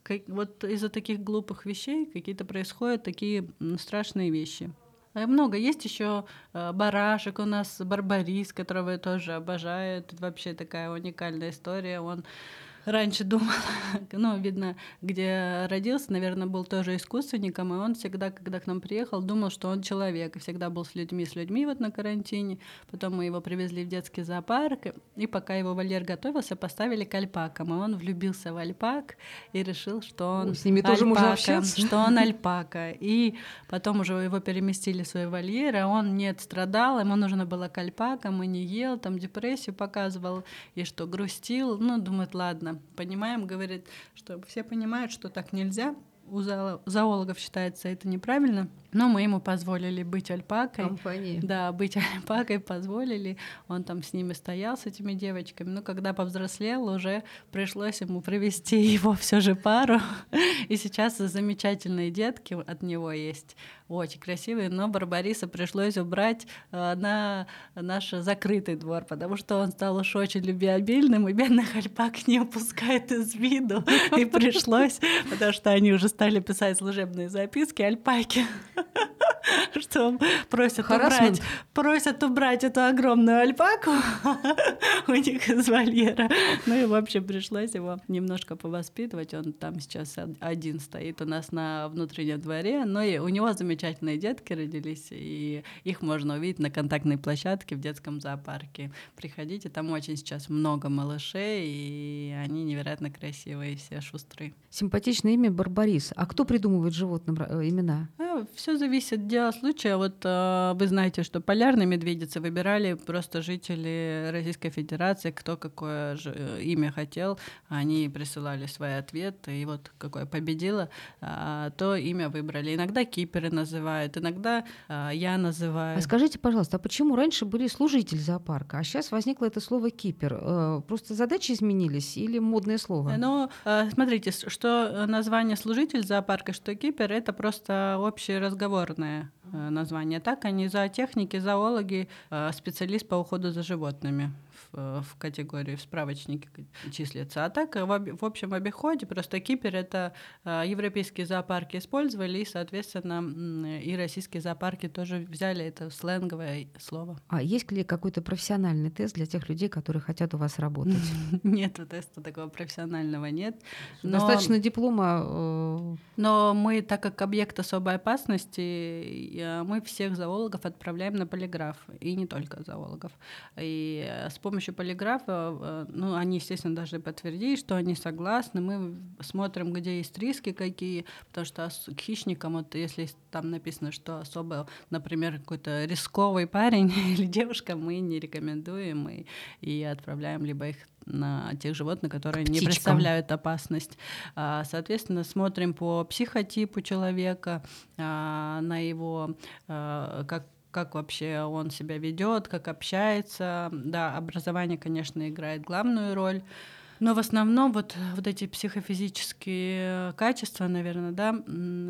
Из-за таких глупых вещей какие-то происходят такие страшные вещи. Много. Есть еще барашек у нас, барбарис, которого я тоже обожаю. Это вообще такая уникальная история. Он раньше думал, видно, где родился, наверное, был тоже искусственником, и он всегда, когда к нам приехал, думал, что он человек, и всегда был с людьми на карантине. Потом мы его привезли в детский зоопарк, и пока его вольер готовился, поставили к альпакам, и он влюбился в альпак и решил, что он с ними тоже можно общаться, что он альпака. И потом уже его переместили в свой вольер, а он страдал, ему нужно было к альпакам, и не ел, там депрессию показывал, и что грустил. Думает, ладно, прекрасно понимаем, говорит, что все понимают, что так нельзя. У зоологов считается это неправильно, но мы ему позволили быть альпакой. Компания. Да, быть альпакой позволили. Он там с ними стоял, с этими девочками. Но когда повзрослел, уже пришлось ему привести его все же пару. И сейчас замечательные детки от него есть, очень красивые. Но Барбариса пришлось убрать на наш закрытый двор, потому что он стал уж очень любвеобильным, и бедных альпак не упускает из виду. И пришлось, потому что они уже стали писать служебные записки альпаки, что просят убрать эту огромную альпаку у них из вольера. Ну и, в общем, пришлось его немножко повоспитывать. Он там сейчас один стоит у нас на внутреннем дворе, но и у него замечательные детки родились, и их можно увидеть на контактной площадке в детском зоопарке. Приходите, там очень сейчас много малышей, и они невероятно красивые, все шустрые. Симпатичное имя Барбарис. А кто придумывает животным имена? Все зависит от дела случая. Вот вы знаете, что полярные медведицы выбирали просто жители Российской Федерации, кто какое имя хотел. Они присылали свои ответы, и вот какое победило, то имя выбрали. Иногда киперы называют, иногда я называю. А скажите, пожалуйста, а почему раньше были служитель зоопарка, а сейчас возникло это слово кипер? Просто задачи изменились или модное слово? Ну, смотрите, что название служитель зоопарка, что кипер, это просто общее разговорное название. Так они зоотехники, зоологи, специалист по уходу за животными в категории, в справочнике числится. А так, в общем обиходе, просто кипер — это европейские зоопарки использовали, и, соответственно, и российские зоопарки тоже взяли это сленговое слово. А есть ли какой-то профессиональный тест для тех людей, которые хотят у вас работать? Нет, теста такого профессионального нет. Достаточно диплома. Но мы, так как объект особой опасности, мы всех зоологов отправляем на полиграф, и не только зоологов. И с помощью полиграфа, ну, они, естественно, должны подтвердить, что они согласны. Мы смотрим, где есть риски какие, потому что к хищникам, вот если там написано, что особо, например, какой-то рисковый парень или девушка, мы не рекомендуем и отправляем либо их на тех животных, которые не представляют опасность. Соответственно, смотрим по психотипу человека, на его, как вообще он себя ведет, как общается. Да, образование, конечно, играет главную роль. Но в основном вот эти психофизические качества, наверное, да,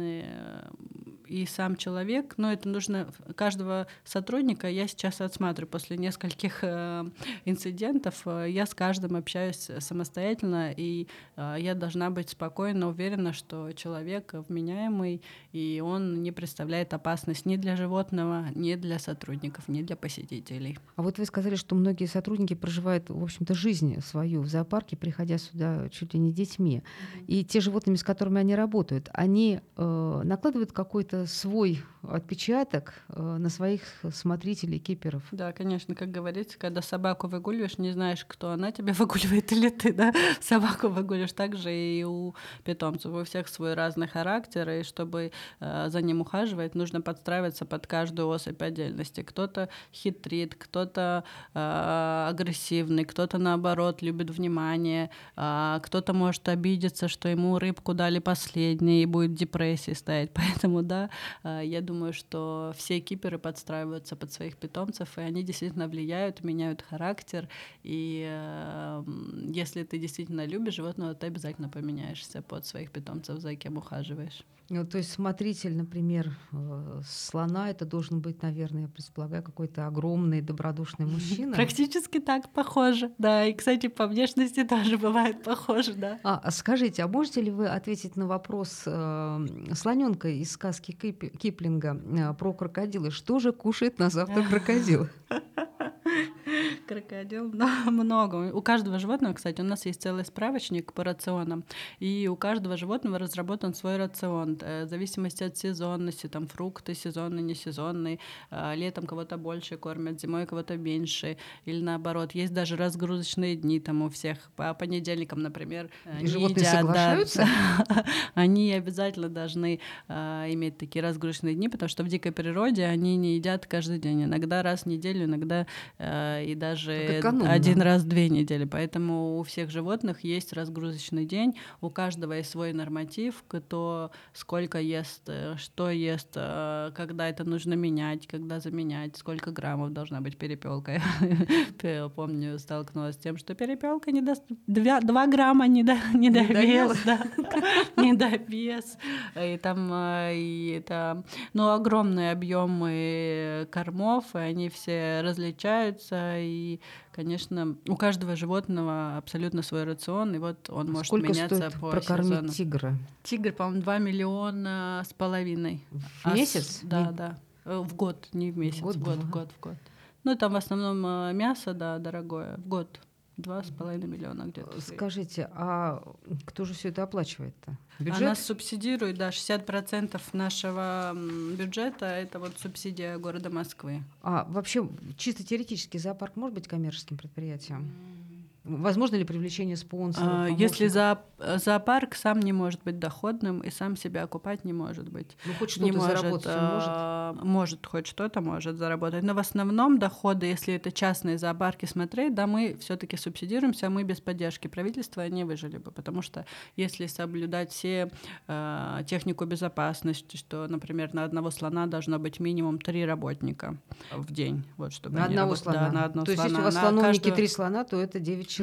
и сам человек, но это нужно каждого сотрудника. Я сейчас отсматриваю после нескольких инцидентов, я с каждым общаюсь самостоятельно, и я должна быть спокойно уверена, что человек вменяемый, и он не представляет опасность ни для животного, ни для сотрудников, ни для посетителей. А вот вы сказали, что многие сотрудники проживают, в общем-то, жизнь свою в зоопарке, приходя сюда чуть ли не детьми. И те животные, с которыми они работают, они накладывают какой-то свой отпечаток на своих смотрителей, киперов. Да, конечно, как говорится, когда собаку выгуливаешь, не знаешь, кто она тебя выгуливает или ты, да, собаку выгуливаешь. Так же и у питомцев. У всех свой разный характер, и чтобы за ним ухаживать, нужно подстраиваться под каждую особь отдельности. Кто-то хитрит, кто-то агрессивный, кто-то, наоборот, любит внимание, кто-то может обидеться, что ему рыбку дали последней и будет в депрессии стоять. Поэтому, да, я думаю, что все киперы подстраиваются под своих питомцев, и они действительно влияют, меняют характер. И если ты действительно любишь животного, ты обязательно поменяешься под своих питомцев, за кем ухаживаешь. Ну, то есть смотритель, например, слона, это должен быть, наверное, я предполагаю, какой-то огромный добродушный мужчина. Практически так похоже, да. И, кстати, по внешности тоже бывает похоже, да. Скажите, а можете ли вы ответить на вопрос слоненка из сказки Киплинга про крокодила? Что же кушает на завтрак крокодил? Крокодил, много. У каждого животного, кстати, у нас есть целый справочник по рационам, и у каждого животного разработан свой рацион в зависимости от сезонности, там фрукты сезонные, несезонные, летом кого-то больше кормят, зимой кого-то меньше, или наоборот. Есть даже разгрузочные дни там у всех. По понедельникам, например, и животные едят, соглашаются? Да, они обязательно должны иметь такие разгрузочные дни, потому что в дикой природе они не едят каждый день. Иногда раз в неделю, иногда и даже даже экономно. 1 раз в 2 недели. Поэтому у всех животных есть разгрузочный день, у каждого есть свой норматив, кто сколько ест, что ест, когда это нужно менять, когда заменять, сколько граммов должна быть перепелка. Я помню, столкнулась с тем, что перепелка 2 грамма недовес, недовес. И там огромные объемы кормов, и они все различаются, и, конечно, у каждого животного абсолютно свой рацион, и вот он может меняться стоит по прокормить сезону. тигра? Тигр, по-моему, 2,5 миллиона. В месяц? Да. В год, не в месяц, в год. Ну, там в основном мясо, да, дорогое, в год. 2,5 миллиона где-то. Скажите, а кто же все это оплачивает-то? Бюджет? Нас субсидирует, да, 60% нашего бюджета — это вот субсидия города Москвы. А вообще, чисто теоретически, зоопарк может быть коммерческим предприятием? Возможно ли привлечение спонсоров? Если зоопарк сам не может быть доходным и сам себя окупать не может быть. Ну, хоть что-то заработать он может? Может, хоть что-то может заработать. Но в основном доходы, если это частные зоопарки смотреть, да, мы все-таки субсидируемся, мы без поддержки правительства не выжили бы. Потому что если соблюдать все технику безопасности, что, например, на одного слона должно быть минимум 3 работника в день. Вот, чтобы на одного слона? Да, на одного То слона. Есть, если у вас слоновники 3 слона, то это 9 человек.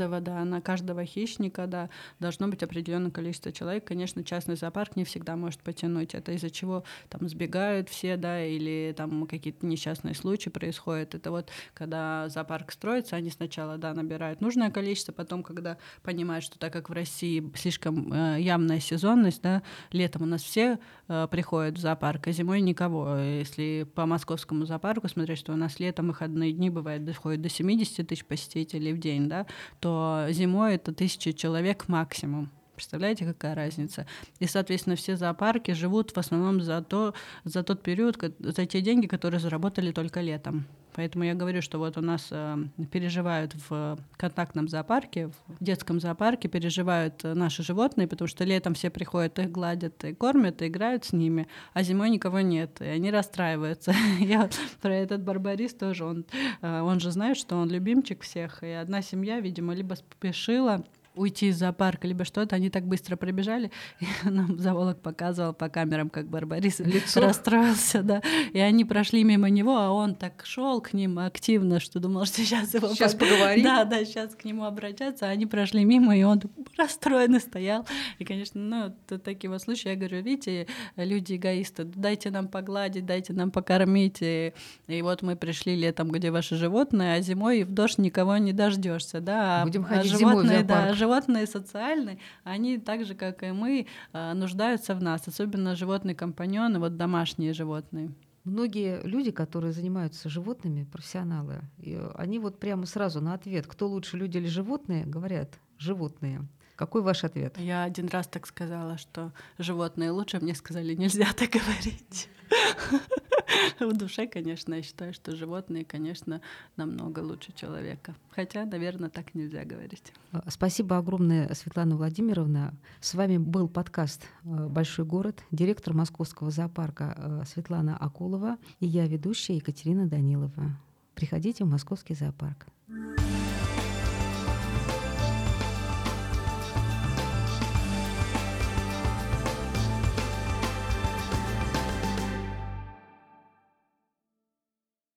На каждого хищника, да, должно быть определенное количество человек. Конечно, частный зоопарк не всегда может потянуть. Это из-за чего там сбегают все, да, или там какие-то несчастные случаи происходят. Это вот когда зоопарк строится, они сначала, да, набирают нужное количество, потом, когда понимают, что так как в России слишком явная сезонность, да, летом у нас все приходят в зоопарк, а зимой никого. Если по московскому зоопарку смотреть, что у нас летом выходные дни бывает доходит до 70 тысяч посетителей в день, да, то зимой это 1000 человек максимум. Представляете, какая разница? И, соответственно, все зоопарки живут в основном за тот период, за те деньги, которые заработали только летом. Поэтому я говорю, что вот у нас переживают в контактном зоопарке, в детском зоопарке переживают наши животные, потому что летом все приходят, их гладят, и кормят, и играют с ними, а зимой никого нет, и они расстраиваются. Я вот про этот барбарис тоже, он же знает, что он любимчик всех, и одна семья, видимо, либо спешила уйти из зоопарка, либо что-то, они так быстро пробежали, и нам зоолог показывал по камерам, как барбарис расстроился, да, и они прошли мимо него, а он так шел к ним активно, что думал, что сейчас поговорим. Да, сейчас к нему обратятся, а они прошли мимо, и он расстроенный стоял. И, конечно, такие вот случаи, я говорю, видите, люди эгоисты, дайте нам погладить, дайте нам покормить, и вот мы пришли летом, где ваши животные, а зимой в дождь никого не дождешься, да, будем ходить зимой в зоопарк. Животные социальные, они так же, как и мы, нуждаются в нас, особенно животные-компаньоны, вот домашние животные. Многие люди, которые занимаются животными, профессионалы, они вот прямо сразу на ответ, кто лучше, люди или животные, говорят животные. Какой ваш ответ? Я 1 раз так сказала, что животные лучше, мне сказали, нельзя так говорить. В душе, конечно, я считаю, что животные, конечно, намного лучше человека. Хотя, наверное, так нельзя говорить. Спасибо огромное, Светлана Владимировна. С вами был подкаст «Большой город», директор Московского зоопарка Светлана Акулова и я, ведущая Екатерина Данилова. Приходите в Московский зоопарк.